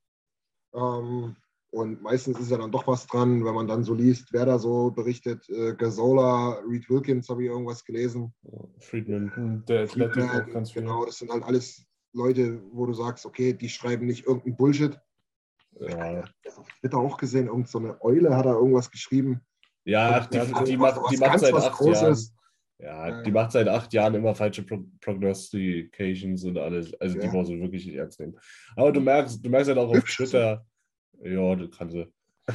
Ähm, und meistens ist ja dann doch was dran, wenn man dann so liest, wer da so berichtet. Äh, Gazola, Reed Wilkins, habe ich irgendwas gelesen. Friedman. Mhm. Der Athletic Friedman, auch ganz viel. genau, das sind halt alles Leute, wo du sagst, okay, die schreiben nicht irgendeinen Bullshit. Ja, Das auf Twitter auch gesehen, irgend so eine Eule hat da irgendwas geschrieben. ja ach, die, Ja, die, was- macht, was die macht ganz seit was acht Großes. Jahren. Ja, Ja. die macht seit acht Jahren immer falsche Pro Prognostications und alles. Also die Ja. brauchst du wirklich nicht ernst nehmen. Aber du merkst, du merkst halt auch auf Hübsch. Twitter, ja, du kannst sie.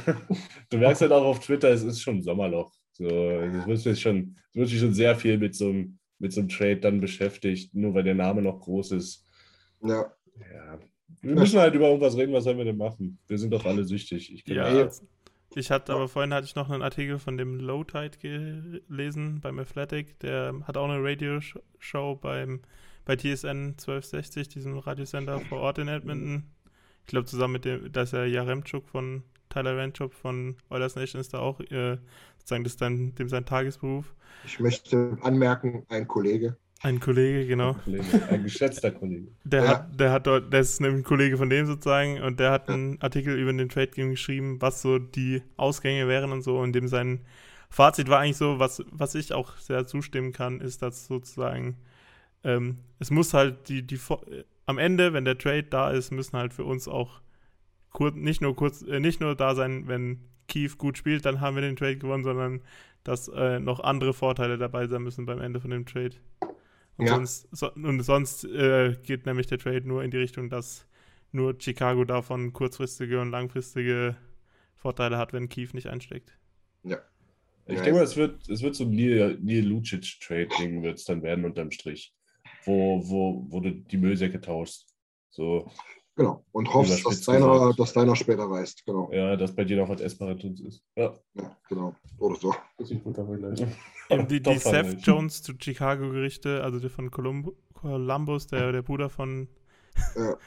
Du merkst halt auch auf Twitter, es ist schon Sommerloch. So, es wird sich schon, es wird sich schon sehr viel mit so einem, mit so einem Trade dann beschäftigt, nur weil der Name noch groß ist. Ja, Ja. Wir müssen halt über irgendwas reden, was sollen wir denn machen? Wir sind doch alle süchtig. Ich kenn Ja, das. also, ich hatte aber vorhin hatte ich noch einen Artikel von dem Low Tide gelesen beim Athletic. Der hat auch eine Radioshow beim bei T S N zwölf sechzig, diesem Radiosender vor Ort in Edmonton. Ich glaube zusammen mit dem, da ist ja Jaremchuk von Tyler Remchuk von Oilers Nation ist da auch äh, sozusagen das ist dann dem sein Tagesberuf. ich möchte anmerken, ein Kollege. Ein Kollege, genau. Kollege, ein geschätzter Kollege. Der Ja. hat, der hat dort, der ist nämlich ein Kollege von dem sozusagen und der hat einen Artikel über den Trade geschrieben, was so die Ausgänge wären und so und dem sein Fazit war eigentlich so, was, was ich auch sehr zustimmen kann, ist, dass sozusagen ähm, es muss halt die, die äh, am Ende, wenn der Trade da ist, müssen halt für uns auch kurz, nicht nur kurz, äh, nicht nur da sein, wenn Keith gut spielt, dann haben wir den Trade gewonnen, sondern dass äh, noch andere Vorteile dabei sein müssen beim Ende von dem Trade. Und Ja. sonst, so, und sonst äh, geht nämlich der Trade nur in die Richtung, dass nur Chicago davon kurzfristige und langfristige Vorteile hat, wenn Keith nicht einsteckt. Ja. Ich Ja, denke mal, es wird, es wird so ein Neil, Neil Lucic-Trade-Ding wird es dann werden unterm Strich, wo, wo, wo du die Müllsäcke tauschst. So, Genau. Und hoffst, dass Überspitzt deiner, gesagt. dass deiner später reist. Genau. ja, dass bei dir noch was Essbares ist. Ja, Ja, genau. Oder so. Das ist ein guter Vergleich. Eben die, die Top Seth Vergleich. Jones zu Chicago-Gerichte, also der von Colum- Columbus, der, der Bruder von, Ja.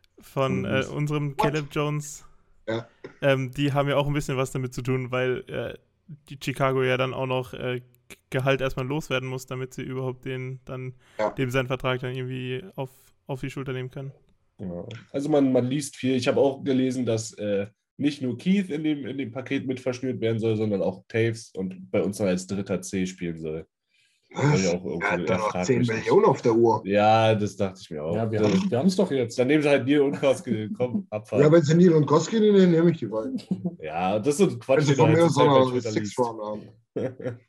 von äh, Columbus. unserem Caleb Jones, Ja. ähm, die haben ja auch ein bisschen was damit zu tun, weil äh, die Chicago ja dann auch noch äh, Gehalt erstmal loswerden muss, damit sie überhaupt den dann, Ja. dem seinen Vertrag dann irgendwie auf, auf die Schulter nehmen können. genau. Also man, man liest viel. Ich habe auch gelesen, dass äh, nicht nur Keith in dem, in dem Paket mit verschnürt werden soll, sondern auch Taves und bei uns noch als dritter C spielen soll. Was? Ja, auch irgendwie Er hat da noch fragt zehn mich nicht. Millionen auf der Uhr. Ja, das dachte ich mir auch. Ja, wir Das- haben wir es doch jetzt. Dann nehmen sie halt Neil und Koski. Komm, Abfahrt. Ja, wenn sie Neil und Koski nehmen, nehme ich die beiden. Ja, das ist so ein Quatsch, Wenn sie den du von halt mir zur so Zeit bei eine Twitter liest. Six-Round haben.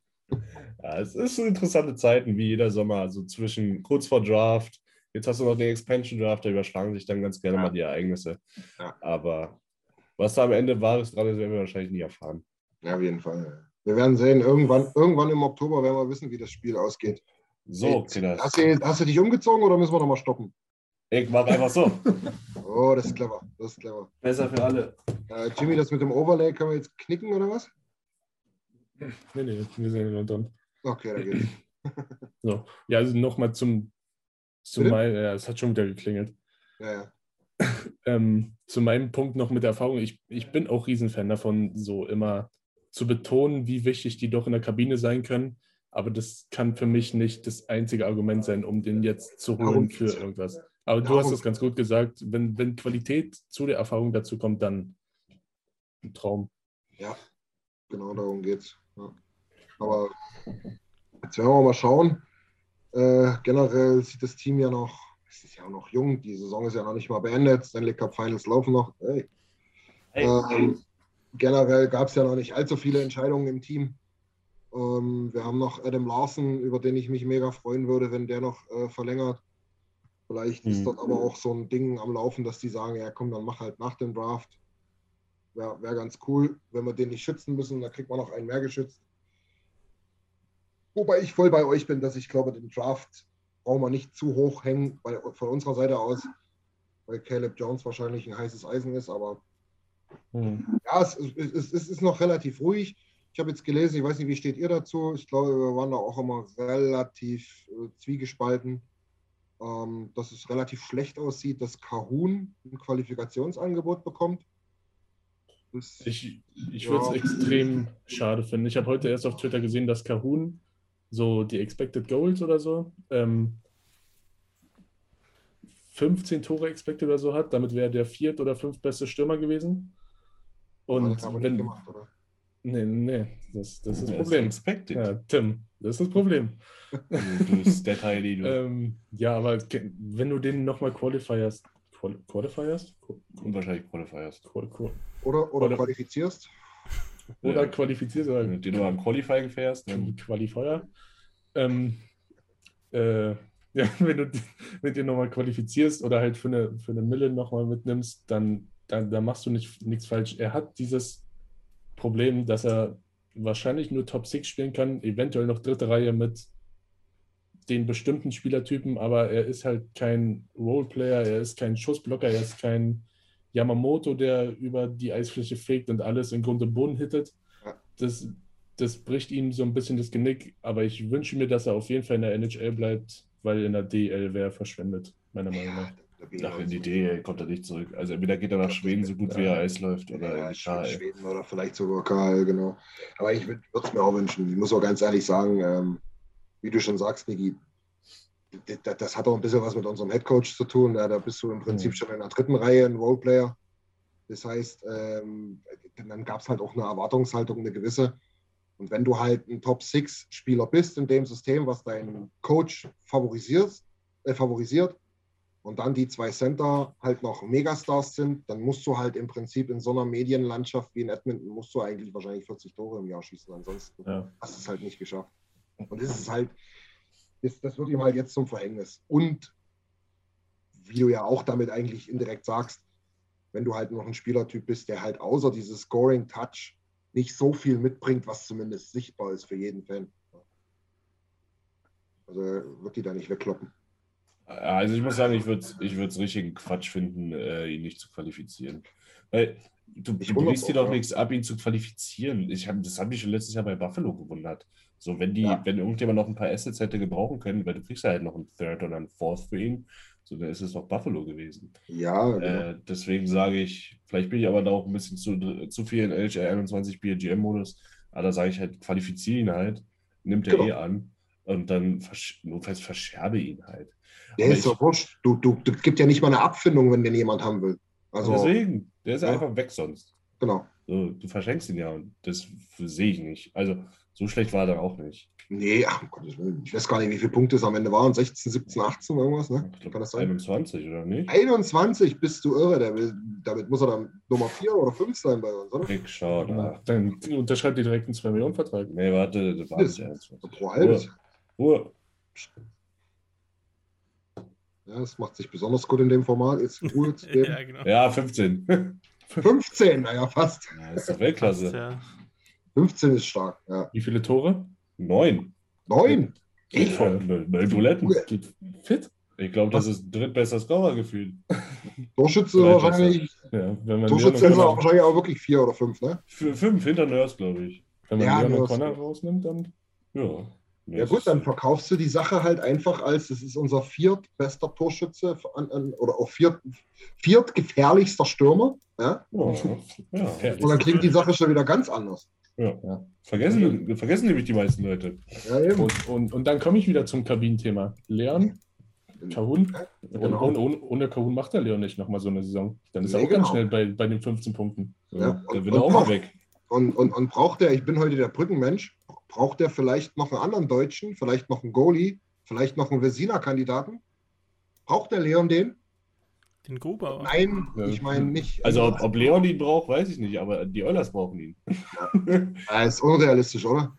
Ja, es ist so interessante Zeiten wie jeder Sommer, also zwischen kurz vor Draft, jetzt hast du noch den Expansion Draft, da überschlagen sich dann ganz gerne Ja. mal die Ereignisse. Ja. Aber was da am Ende Wahres dran ist, werden wir wahrscheinlich nie erfahren. Ja, auf jeden Fall. Wir werden sehen, irgendwann, irgendwann im Oktober werden wir wissen, wie das Spiel ausgeht. So, Hey, Kinders. Hast du, hast du dich umgezogen oder müssen wir noch mal stoppen? Ich mach einfach so. Oh, das ist clever. Das ist clever. Besser für alle. Äh, Jimmy, das mit dem Overlay können wir jetzt knicken oder was? Nee, nee, wir sind in London. Okay, da geht's. So. Ja, also nochmal zum, zum Bitte? mein, ja, es hat schon wieder geklingelt. Ja, ja. Ähm, zu meinem Punkt noch mit der Erfahrung, ich, ich bin auch Riesenfan davon, so immer zu betonen, wie wichtig die doch in der Kabine sein können. Aber das kann für mich nicht das einzige Argument sein, um den jetzt zu Darum holen für geht's ja. irgendwas. Aber du Darum- hast es ganz gut gesagt, wenn, wenn Qualität zu der Erfahrung dazu kommt, dann ein Traum. Ja, genau darum geht's. Ja. Aber jetzt werden wir mal schauen. Äh, generell sieht das Team ja noch, es ist ja auch noch jung, die Saison ist ja noch nicht mal beendet, Stanley Cup Finals laufen noch. Hey. Hey. Ähm, generell gab es ja noch nicht allzu viele Entscheidungen im Team. Ähm, wir haben noch Adam Larson, über den ich mich mega freuen würde, wenn der noch äh, verlängert. Vielleicht ist Mhm. dort aber auch so ein Ding am Laufen, dass die sagen, ja komm, dann mach halt nach dem Draft. Wäre wär ganz cool, wenn wir den nicht schützen müssen, dann kriegt man noch einen mehr geschützt. Wobei ich voll bei euch bin, dass ich glaube, den Draft brauchen wir nicht zu hoch hängen bei, von unserer Seite aus, weil Caleb Jones wahrscheinlich ein heißes Eisen ist, aber Hm. ja, es, es, es, es ist noch relativ ruhig. Ich habe jetzt gelesen, ich weiß nicht, wie steht ihr dazu? Ich glaube, wir waren da auch immer relativ äh, zwiegespalten, ähm, dass es relativ schlecht aussieht, dass Kahun ein Qualifikationsangebot bekommt. Das, Ich, ich Ja. würde es extrem schade finden. Ich habe heute erst auf Twitter gesehen, dass Kahun so die Expected Goals oder so ähm, fünfzehn Tore expected oder so hat. Damit wäre er der viert- oder fünftbeste Stürmer gewesen. Und hat er aber nicht wenn. gemacht, oder? Nee, nee, das, das ist das Das Problem. expected. Ja, Tim, das ist das Problem. Du bist der Teil, die du. ähm, ja, aber ke- wenn du den nochmal qualifierst, Qual- qualifierst? Qu- Und wahrscheinlich Qualifiers. Qual- Qual- Oder, oder Oder- qualifizierst? Oder Ja. qualifizierst oder Wenn du am Qualifying fährst, dann Qualifier. Ähm, äh, ja, wenn du mit dir nochmal qualifizierst oder halt für eine, für eine Mille nochmal mitnimmst, dann, dann, dann machst du nicht, nichts falsch. Er hat dieses Problem, dass er wahrscheinlich nur Top sechs spielen kann, eventuell noch dritte Reihe mit den bestimmten Spielertypen, aber er ist halt kein Roleplayer, er ist kein Schussblocker, er ist kein Yamamoto, der über die Eisfläche fegt und alles im Grunde Boden hittet. Ja. Das, das bricht ihm so ein bisschen das Genick, aber ich wünsche mir, dass er auf jeden Fall in der N H L bleibt, weil in der D E L wäre er verschwendet, meiner Meinung nach. Da bin ich nach auch in die so. D E L kommt er nicht zurück. Also entweder geht er nach Schweden so gut wie er Eis läuft oder Ja, in die K L. Schweden oder vielleicht sogar K L, genau. Aber ich würde es mir auch wünschen. Ich muss auch ganz ehrlich sagen, ähm, wie du schon sagst, Niki, das, das hat auch ein bisschen was mit unserem Headcoach zu tun. Ja, da bist du im Prinzip Mhm. schon in der dritten Reihe ein Roleplayer. Das heißt, ähm, dann gab es halt auch eine Erwartungshaltung, eine gewisse. Und wenn du halt ein Top-Six-Spieler bist in dem System, was dein Coach favorisiert, äh, favorisiert, und dann die zwei Center halt noch Megastars sind, dann musst du halt im Prinzip in so einer Medienlandschaft wie in Edmonton, musst du eigentlich wahrscheinlich vierzig Tore im Jahr schießen, ansonsten Ja. hast du es halt nicht geschafft. Und das ist halt, das, das wird ihm halt jetzt zum Verhängnis. Und wie du ja auch damit eigentlich indirekt sagst, wenn du halt noch ein Spielertyp bist, der halt außer dieses Scoring-Touch nicht so viel mitbringt, was zumindest sichtbar ist für jeden Fan. Also wird die da nicht wegkloppen. Also ich muss sagen, ich würde ich es richtigen Quatsch finden, äh, ihn nicht zu qualifizieren. Weil du, Ich du wundere brichst dir mich auch, doch ja. nichts ab, ihn zu qualifizieren. Ich hab, das hat mich schon letztes Jahr bei Buffalo gewundert. So, wenn die, Ja. wenn irgendjemand noch ein paar Assets hätte gebrauchen können, weil du kriegst ja halt noch einen Third oder einen Fourth für ihn, so dann ist es doch Buffalo gewesen. Ja, genau. Äh, deswegen sage ich, vielleicht bin ich aber da auch ein bisschen zu, zu viel in N H L einundzwanzig B G M-Modus, aber da sage ich halt, qualifiziere ihn halt, nimmt er Genau. eh an und dann versch notfalls verscherbe ihn halt. Der aber ist ich- doch wurscht. Du, du, du gibt ja nicht mal eine Abfindung, wenn den jemand haben will. Also, Deswegen, der ist Ja. einfach weg sonst. genau. So, du verschenkst ihn ja und das sehe ich nicht. Also so schlecht war er dann auch nicht. Nee, ach, um Gottes Willen. Ich weiß gar nicht, wie viele Punkte es am Ende waren. sechzehn, siebzehn, achtzehn, irgendwas, ne? Ich glaub, Kann das sein? einundzwanzig oder nicht? einundzwanzig, bist du irre. Der will, damit muss er dann Nummer vier oder fünf sein bei uns, oder? Ich schau da. Dann unterschreibt ihr direkt einen zwei Millionen Vertrag. Nee, warte, das war Das- nicht einundzwanzig. Pro halbes. Ruhe. Ruhe. Ja, das macht sich besonders gut in dem Format. Jetzt Ruhe zu geben. Ja, genau. Ja, fünfzehn. fünfzehn, naja, fast. Ja, ist doch Weltklasse. Passt, ja. fünfzehn ist stark, ja. Wie viele Tore? Neun. neun. Geht von neun Buletten. Geht fit? Ich glaube, das ist drittbester Scorer gefühlt. Torschütze Vielleicht wahrscheinlich. Ja, wenn man Torschütze mir ist er noch- wahrscheinlich auch wirklich vier oder fünf, ne? Für fünf hinter Nurse, glaube ich. Wenn man Ja, Leon nur O'Connor so. rausnimmt, dann Ja. Ja gut, dann verkaufst du die Sache halt einfach als, das ist unser viertbester Torschütze an, an, oder auch viert, viertgefährlichster Stürmer. Ja? Ja. Ja. Und dann klingt die Sache schon wieder ganz anders. Ja. Ja. Vergessen, vergessen nämlich die meisten Leute. Ja, eben. Und, und, und dann komme ich wieder zum Kabinenthema. Leon, Kahun. Genau. Und ohne, ohne Kahun macht der Leon nicht nochmal so eine Saison. Dann ist er Nee, auch ganz genau. schnell bei, bei den fünfzehn Punkten. Ja. Ja. Und, Dann will er auch und, mal braucht, weg. und, und, und braucht der, ich bin heute der Brückenmensch, braucht der vielleicht noch einen anderen Deutschen, vielleicht noch einen Goalie, vielleicht noch einen Versina-Kandidaten? Braucht der Leon den? Den Gruber. Nein, Ja. ich meine nicht. Also ob, ob Leon ihn braucht, weiß ich nicht, aber die Oilers brauchen ihn. Ja, ist unrealistisch, oder?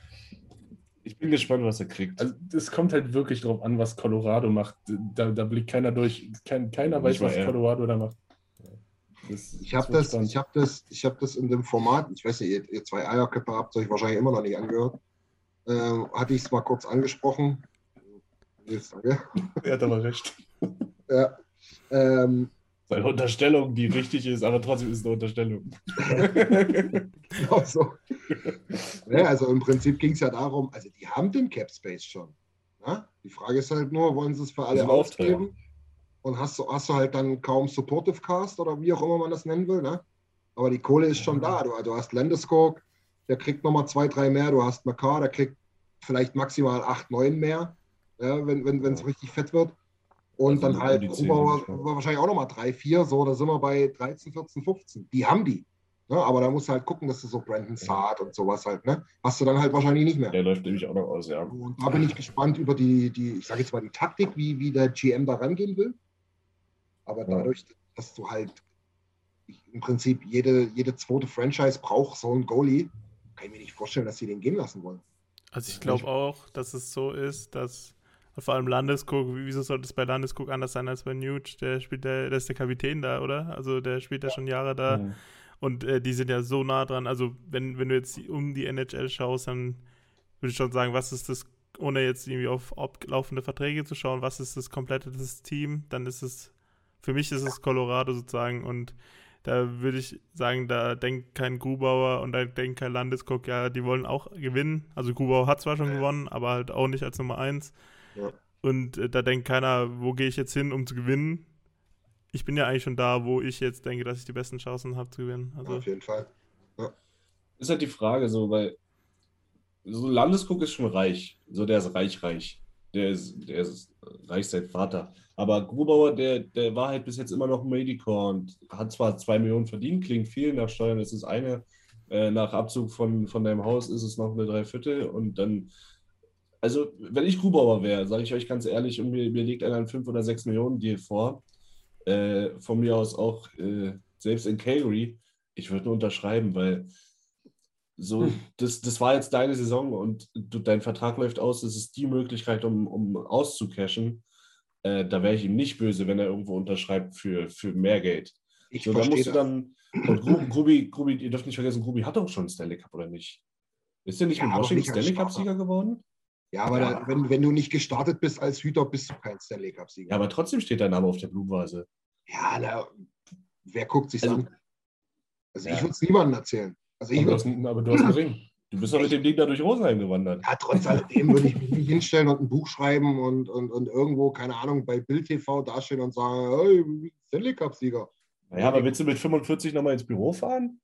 Ich bin gespannt, was er kriegt. Also es kommt halt wirklich drauf an, was Colorado macht. Da, da blickt keiner durch. Kein, keiner weiß, Nicht mal was er. Colorado da macht. Das, Ich habe wird das, spannend. ich hab das, ich hab das in dem Format, ich weiß nicht, ihr, ihr zwei Eierköpfe habt euch wahrscheinlich immer noch nicht angehört. Ähm, hatte ich es mal kurz angesprochen. Nils, danke. Er hat aber recht. Ja, ähm, Eine Unterstellung, die richtig ist, aber trotzdem ist es eine Unterstellung. genau so. Ja, also im Prinzip ging es ja darum, also die haben den Cap Space schon. Ne? Die Frage ist halt nur, wollen sie es für alle Sind auch teuer. ausgeben? Und hast du, hast du halt dann kaum Supportive Cast oder wie auch immer man das nennen will. Ne? Aber die Kohle ist schon da. Du, du hast Landeskog, der kriegt nochmal zwei, drei mehr. Du hast Makar, der kriegt vielleicht maximal acht, neun mehr, ja, wenn es wenn, richtig fett wird. Und Also dann um halt die zehn Gruber ungefähr. wahrscheinlich auch nochmal drei, vier. So, da sind wir bei dreizehn, vierzehn, fünfzehn. Die haben die. Ne? Aber da musst du halt gucken, dass du so Brandon Saad und sowas halt, ne? Hast du dann halt wahrscheinlich nicht mehr. Der läuft nämlich auch noch aus, ja. Und da bin ich gespannt über die, die ich sage jetzt mal die Taktik, wie, wie der G M da rangehen will. Aber Ja. dadurch, dass du halt ich, im Prinzip jede, jede zweite Franchise braucht so einen Goalie, kann ich mir nicht vorstellen, dass sie den gehen lassen wollen. Also ich glaube auch, dass es so ist, dass vor allem Landeskog, wieso sollte es bei Landeskog anders sein als bei Nuge? Der spielt, der, der ist der Kapitän da, oder? Also der spielt ja schon Jahre da. Mhm. Und äh, die sind ja so nah dran. Also wenn, wenn du jetzt um die N H L schaust, dann würde ich schon sagen, was ist das, ohne jetzt irgendwie auf ablaufende Verträge zu schauen, was ist das komplette das Team? Dann ist es, für mich ist es Colorado sozusagen. Und da würde ich sagen, da denkt kein Grubauer und da denkt kein Landeskog, ja, die wollen auch gewinnen. Also Grubauer hat zwar schon gewonnen, aber halt auch nicht als Nummer eins. Ja. Und äh, da denkt keiner, wo gehe ich jetzt hin, um zu gewinnen? Ich bin ja eigentlich schon da, wo ich jetzt denke, dass ich die besten Chancen habe zu gewinnen. Also, Auf jeden Fall. Ist halt die Frage so, weil so Landeskog ist schon reich. So, der ist reich, reich. Der ist, der ist reich seit Vater. Aber Grubauer, der, der war halt bis jetzt immer noch ein Medicore und hat zwar zwei Millionen verdient, klingt viel nach Steuern, das ist eine. Äh, nach Abzug von, von deinem Haus ist es noch eine Dreiviertel und dann, also wenn ich Grubauer wäre, sage ich euch ganz ehrlich, und mir, mir liegt einer einen fünf oder sechs Millionen Deal vor, äh, von mir aus auch äh, selbst in Calgary, ich würde nur unterschreiben, weil so, Hm. das, das war jetzt deine Saison und du, dein Vertrag läuft aus, das ist die Möglichkeit, um, um auszucashen. Äh, da wäre ich ihm nicht böse, wenn er irgendwo unterschreibt für, für mehr Geld. Ich So, da verstehe musst du das. dann, und Gru- Grubi, Grubi, ihr dürft nicht vergessen, Grubi hat auch schon einen Stanley Cup, oder nicht? Ist der nicht Ja, mit aber Washington nicht als Stanley Starter. Cup-Sieger geworden? Ja, aber Ja. Da, wenn, wenn du nicht gestartet bist als Hüter, bist du kein Stanley Cup-Sieger. Ja, aber trotzdem steht dein Name auf der Blumenvase. Ja, na, wer guckt sich Also- an? Also Ja. ich würde es niemandem erzählen. Also ich Aber du, würde hast, einen- aber du hast einen Ring. Du bist doch mit dem Ding da durch Rosenheim gewandert. ja, trotz alledem würde ich mich nicht hinstellen und ein Buch schreiben und, und, und irgendwo, keine Ahnung, bei Bild T V dastehen und sagen, hey, Stanley Cup-Sieger. Naja, aber willst du mit fünfundvierzig nochmal ins Büro fahren?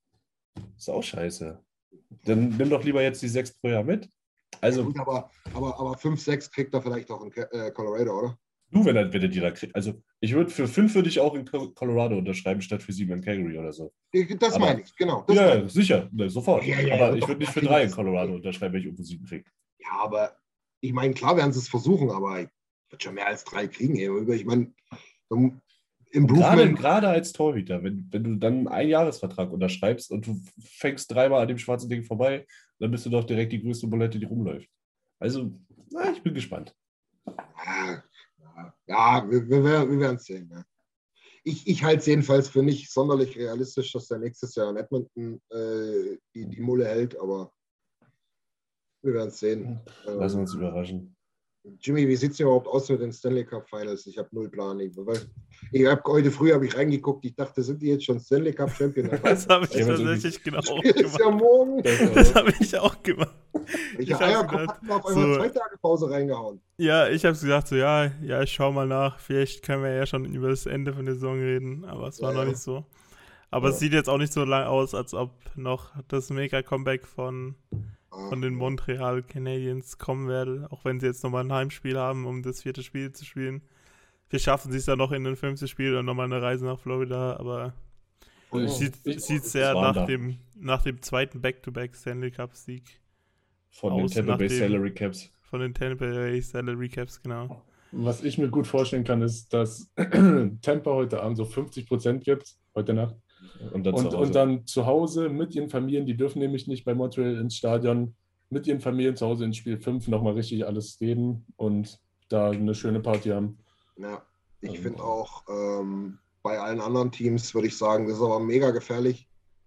Ist auch scheiße. Dann nimm doch lieber jetzt die sechs pro Jahr mit. Also, Gut, aber, aber, aber fünf, sechs kriegt er vielleicht auch in Ca- äh, Colorado, oder? du, wenn er, wenn er die da kriegt. Also, ich würde für fünf würde ich auch in Co- Colorado unterschreiben, statt für sieben in Calgary oder so. Das Aber- meine ich, genau. Das Ja, meine ja, ich. sicher, ne, sofort. Ja, ja, aber ja, ich doch, würde nicht für natürlich. drei in Colorado unterschreiben, wenn ich irgendwo sieben kriege. Ja, aber ich meine, klar werden sie es versuchen, aber ich würde schon mehr als drei kriegen. Ey. Ich meine, Gerade, Improvement, gerade als Torhüter, wenn, wenn du dann einen Einjahresvertrag unterschreibst und du fängst dreimal an dem schwarzen Ding vorbei, dann bist du doch direkt die größte Bulette, die rumläuft. Also, na, ich bin gespannt. ja, ja, ja, wir, wir, wir werden es sehen. Ja. Ich, ich halte es jedenfalls für nicht sonderlich realistisch, dass der nächstes Jahr in Edmonton äh, die, die Mulle hält, aber wir werden es sehen. Lassen wir Ähm, uns überraschen. Jimmy, wie sieht es überhaupt aus mit den Stanley Cup Finals? Ich habe null Plan. Ich, ich habe heute früh habe ich reingeguckt. Ich dachte, sind die jetzt schon Stanley Cup Champion? Das habe ich tatsächlich genau auch gemacht. Ist ja morgen. Das habe ich auch gemacht. Ich, ich habe auf einmal so, zwei Tage Pause reingehauen. Ja, ich habe gesagt, so ja, ja, ich schau mal nach. Vielleicht können wir ja schon über das Ende von der Saison reden, aber es war ja noch nicht so. Aber ja. Es sieht jetzt auch nicht so lang aus, als ob noch das Mega-Comeback von, von den Montreal Canadiens kommen werde, auch wenn sie jetzt nochmal ein Heimspiel haben, um das vierte Spiel zu spielen. Wir schaffen es ja noch in den fünften Spiel und nochmal eine Reise nach Florida, aber es oh, sieht, ich, sieht sehr nach dem, nach dem zweiten Back-to-Back Stanley Cup-Sieg von den Tampa Bay Salary Caps. Von den Tampa Bay Salary Caps, genau. Was ich mir gut vorstellen kann, ist, dass Tampa heute Abend so fünfzig Prozent gibt, heute Nacht. Und dann, und, und dann zu Hause mit ihren Familien, die dürfen nämlich nicht bei Montreal ins Stadion, mit ihren Familien zu Hause in Spiel fünf nochmal richtig alles geben und da eine schöne Party haben. Ja, ich also, finde auch, ähm, bei allen anderen Teams würde ich sagen, das ist aber mega gefährlich.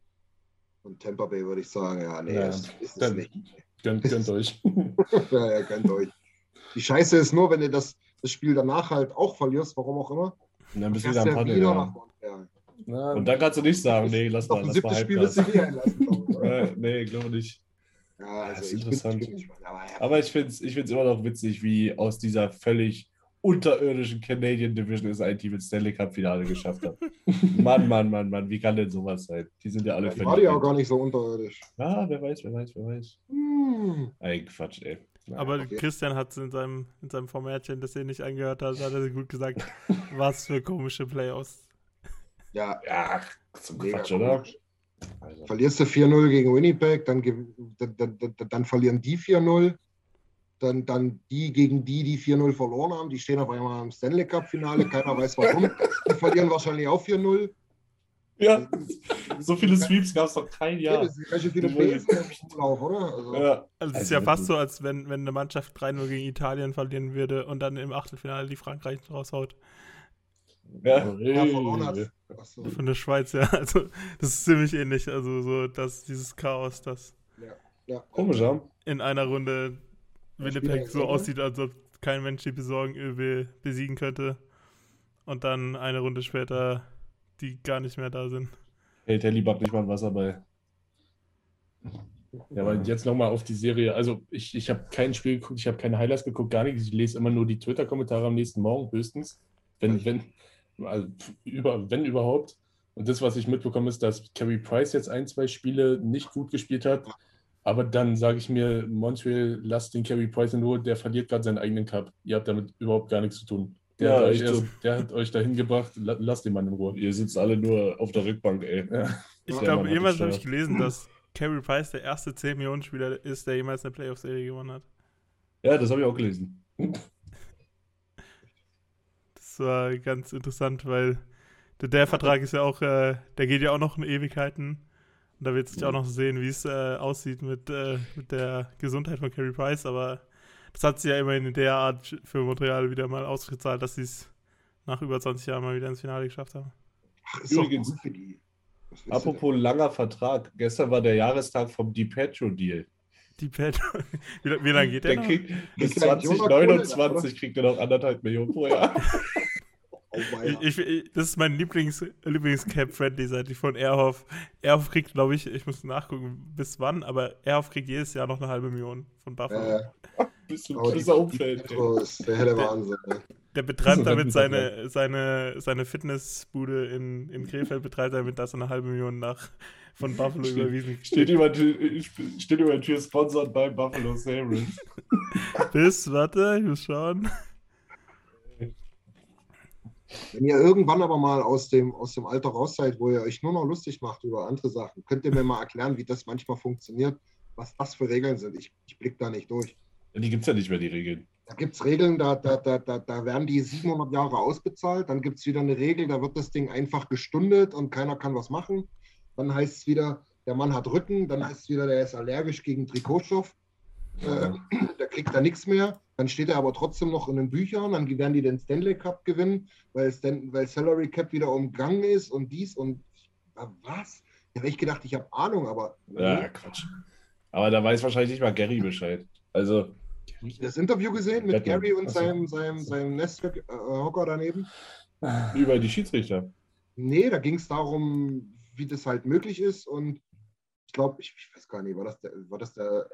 Und Tampa Bay würde ich sagen, ja, nee, ja, das ist es nicht. Gönnt, gönnt euch. ja, ja, gönnt euch. Die Scheiße ist nur, wenn du das, das Spiel danach halt auch verlierst, warum auch immer. Und dann bist du wieder am wieder nach Montreal. Na, und dann kannst du nicht sagen, nee, lass mal. Das siebte Spiel wirst du wieder einlassen. äh, nee, glaube nicht. Ja, also das ist ich interessant. Bin, ich bin, aber ja. aber ich finde es ich find's immer noch witzig, wie aus dieser völlig unterirdischen Canadian Division es ein Team ins Stanley Cup Finale geschafft hat. Mann, Mann, Mann, Mann, wie kann denn sowas sein? Die sind ja alle ja, völlig. War die auch gar nicht so unterirdisch. Ja, wer weiß, wer weiß, wer weiß. Hm. Ein Quatsch, ey. Ja, aber okay. Christian hat in seinem, in seinem Formärtchen, das ihr nicht angehört hat, hat er gut gesagt, was für komische Playoffs. Ja, ja, zum Quatsch, oder? Also. Verlierst du vier null gegen Winnipeg, dann, dann, dann, dann verlieren die vier null, dann, dann die gegen die, die vier null verloren haben, die stehen auf einmal im Stanley Cup Finale, keiner weiß warum, die verlieren wahrscheinlich auch vier null. Ja, so viele Sweeps gab es doch kein Jahr. Ja, das sind ganz schön viele Plays im Umlauf, oder? Also, ja. also es ist ja fast so, als wenn, wenn eine Mannschaft drei null gegen Italien verlieren würde und dann im Achtelfinale die Frankreich raushaut. Ja, ja verloren hat. So. Von der Schweiz, ja. Also das ist ziemlich ähnlich. Also so, dass dieses Chaos, das ja. Ja. Komisch, ja. in einer Runde Winnipeg so aussieht, als ob kein Mensch die besorgen, be- besiegen könnte. Und dann eine Runde später die gar nicht mehr da sind. Hey, Telly backt nicht mal ein Wasser bei. Ja, aber jetzt nochmal auf die Serie. Also ich, ich habe kein Spiel geguckt, ich habe keine Highlights geguckt, gar nichts. Ich lese immer nur die Twitter-Kommentare am nächsten Morgen höchstens. Wenn, wenn, also über, wenn überhaupt. Und das, was ich mitbekomme, ist, dass Carey Price jetzt ein, zwei Spiele nicht gut gespielt hat. Aber dann sage ich mir, Montreal, lasst den Carey Price in Ruhe, der verliert gerade seinen eigenen Cup. Ihr habt damit überhaupt gar nichts zu tun. Der, ja, hat, euch erst, der hat euch dahin gebracht, lasst den Mann in Ruhe. Ihr sitzt alle nur auf der Rückbank, ey. Ja. Ich glaube, jemals habe ich gelesen, dass Carey Price der erste zehn Millionen Spieler ist, der jemals eine Playoff-Serie gewonnen hat. Ja, das habe ich auch gelesen. Das war ganz interessant, weil der, der Vertrag ist ja auch, äh, der geht ja auch noch in Ewigkeiten. Und da wird sich auch noch sehen, wie es äh, aussieht mit, äh, mit der Gesundheit von Carey Price, aber das hat sie ja immerhin in der Art für Montreal wieder mal ausgezahlt, dass sie es nach über zwanzig Jahren mal wieder ins Finale geschafft haben. Ach, ist Übrigens, doch gut für die. Apropos langer Vertrag, gestern war der Jahrestag vom DiPietro-Deal. DiPietro? Wie, wie lange geht der, der noch? Kriegt, bis zwanzig neunundzwanzig kriegt er noch anderthalb Millionen pro Jahr. Oh ich, ich, das ist mein Lieblings, Lieblings-Cap-Friendly, seit ich von Ehrhoff. Ehrhoff kriegt, glaube ich, ich muss nachgucken, bis wann, aber Ehrhoff kriegt jedes Jahr noch eine halbe Million von Buffalo. Äh, bis zum Umfeld. Das ist der helle Wahnsinn. Der, der betreibt damit seine, seine, seine Fitnessbude in, in Krefeld, betreibt damit, dass er eine halbe Million nach von Buffalo steht, überwiesen steht. Über, steht über der Tür, sponsored bei Buffalo Sabres. Bis, warte, ich muss schauen. Wenn ihr irgendwann aber mal aus dem, aus dem Alter raus seid, wo ihr euch nur noch lustig macht über andere Sachen, könnt ihr mir mal erklären, wie das manchmal funktioniert, was das für Regeln sind. Ich, ich blicke da nicht durch. Die gibt es ja nicht mehr, die Regeln. Da gibt es Regeln, da, da, da, da, da werden die siebenhundert Jahre ausbezahlt. Dann gibt es wieder eine Regel, da wird das Ding einfach gestundet und keiner kann was machen. Dann heißt es wieder, der Mann hat Rücken. Dann heißt es wieder, der ist allergisch gegen Trikotstoff. Äh, der kriegt da nichts mehr. Dann steht er aber trotzdem noch in den Büchern. Dann werden die den Stanley Cup gewinnen, weil, Stan- weil Salary Cap wieder umgangen ist und dies und was? Da habe ich gedacht, ich habe Ahnung, aber... Ja, Quatsch. Aber da weiß wahrscheinlich nicht mal Gary Bescheid. Also... Das Interview gesehen mit Batman. Gary und Achso. seinem, seinem, seinem Nesthocker daneben? Über die Schiedsrichter. Nee, da ging es darum, wie das halt möglich ist. Und ich glaube, ich, ich weiß gar nicht, war das der, war das der,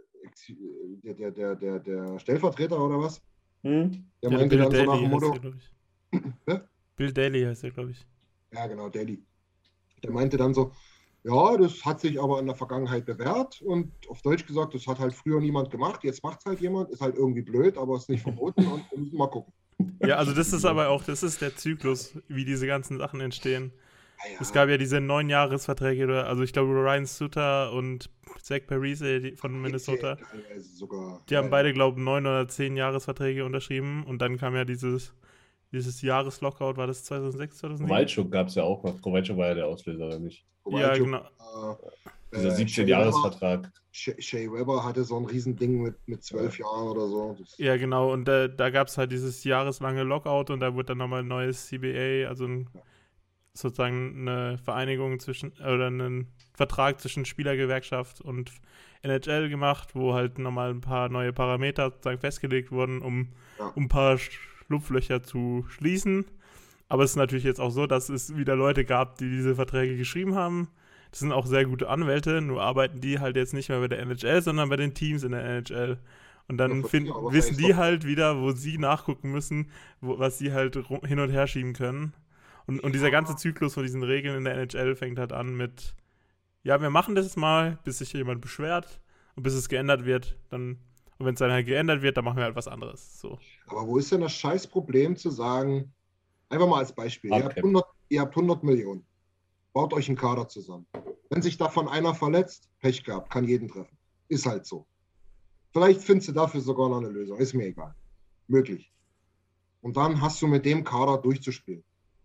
der, der, der, der, der Stellvertreter oder was? Hm? Der Ja, meinte Bill dann so nach Daly dem heißt Motto, der, glaube ich. Hä? Bill Daly heißt der, glaube ich. ja genau, Daly. Der meinte dann so, ja, das hat sich aber in der Vergangenheit bewährt und auf Deutsch gesagt, das hat halt früher niemand gemacht, jetzt macht es halt jemand, ist halt irgendwie blöd, aber ist nicht verboten und wir müssen mal gucken. Ja, also das ist aber auch, das ist der Zyklus, wie diese ganzen Sachen entstehen. Ja, ja. Es gab ja diese neun Jahresverträge, oder, also ich glaube Ryan Suter und Zach Parise die- von Minnesota, Teilweise sogar. die haben beide, glaube ich, neun oder zehn Jahresverträge unterschrieben und dann kam ja dieses, dieses Jahreslockout, war das zweitausendsechs, zweitausendsieben? Kowalczuk gab es ja auch noch. Kowalczuk war ja der Auslöser, oder nicht? Ja, genau. Äh, Dieser äh, siebzehn-Jahres-Vertrag. Shea Shea Weber hatte so ein Riesending mit, mit zwölf Jahren oder so. Das, Ja, genau, und äh, da gab es halt dieses jahreslange Lockout und da wurde dann nochmal ein neues C B A, also ein, sozusagen eine Vereinigung zwischen, oder einen Vertrag zwischen Spielergewerkschaft und N H L gemacht, wo halt nochmal ein paar neue Parameter sozusagen festgelegt wurden, um, Ja. um ein paar Schlupflöcher zu schließen. Aber es ist natürlich jetzt auch so, dass es wieder Leute gab, die diese Verträge geschrieben haben. Das sind auch sehr gute Anwälte, nur arbeiten die halt jetzt nicht mehr bei der N H L, sondern bei den Teams in der N H L. Und dann Ja, find, ja, aber wissen vielleicht die doch- halt wieder, wo sie nachgucken müssen, wo, was sie halt ru- hin und her schieben können. Und, und dieser ganze Zyklus von diesen Regeln in der N H L fängt halt an mit, ja, wir machen das mal, bis sich jemand beschwert und bis es geändert wird. Dann, und wenn es dann halt geändert wird, dann machen wir halt was anderes. So. aber wo ist denn das scheiß Problem zu sagen, einfach mal als Beispiel, ihr habt, Hardcap. hundert, ihr habt hundert Millionen, baut euch einen Kader zusammen. Wenn sich davon einer verletzt, Pech gehabt, kann jeden treffen. Ist halt so. Vielleicht findest du dafür sogar noch eine Lösung, ist mir egal. Möglich. Und dann hast du mit dem Kader durchzuspielen.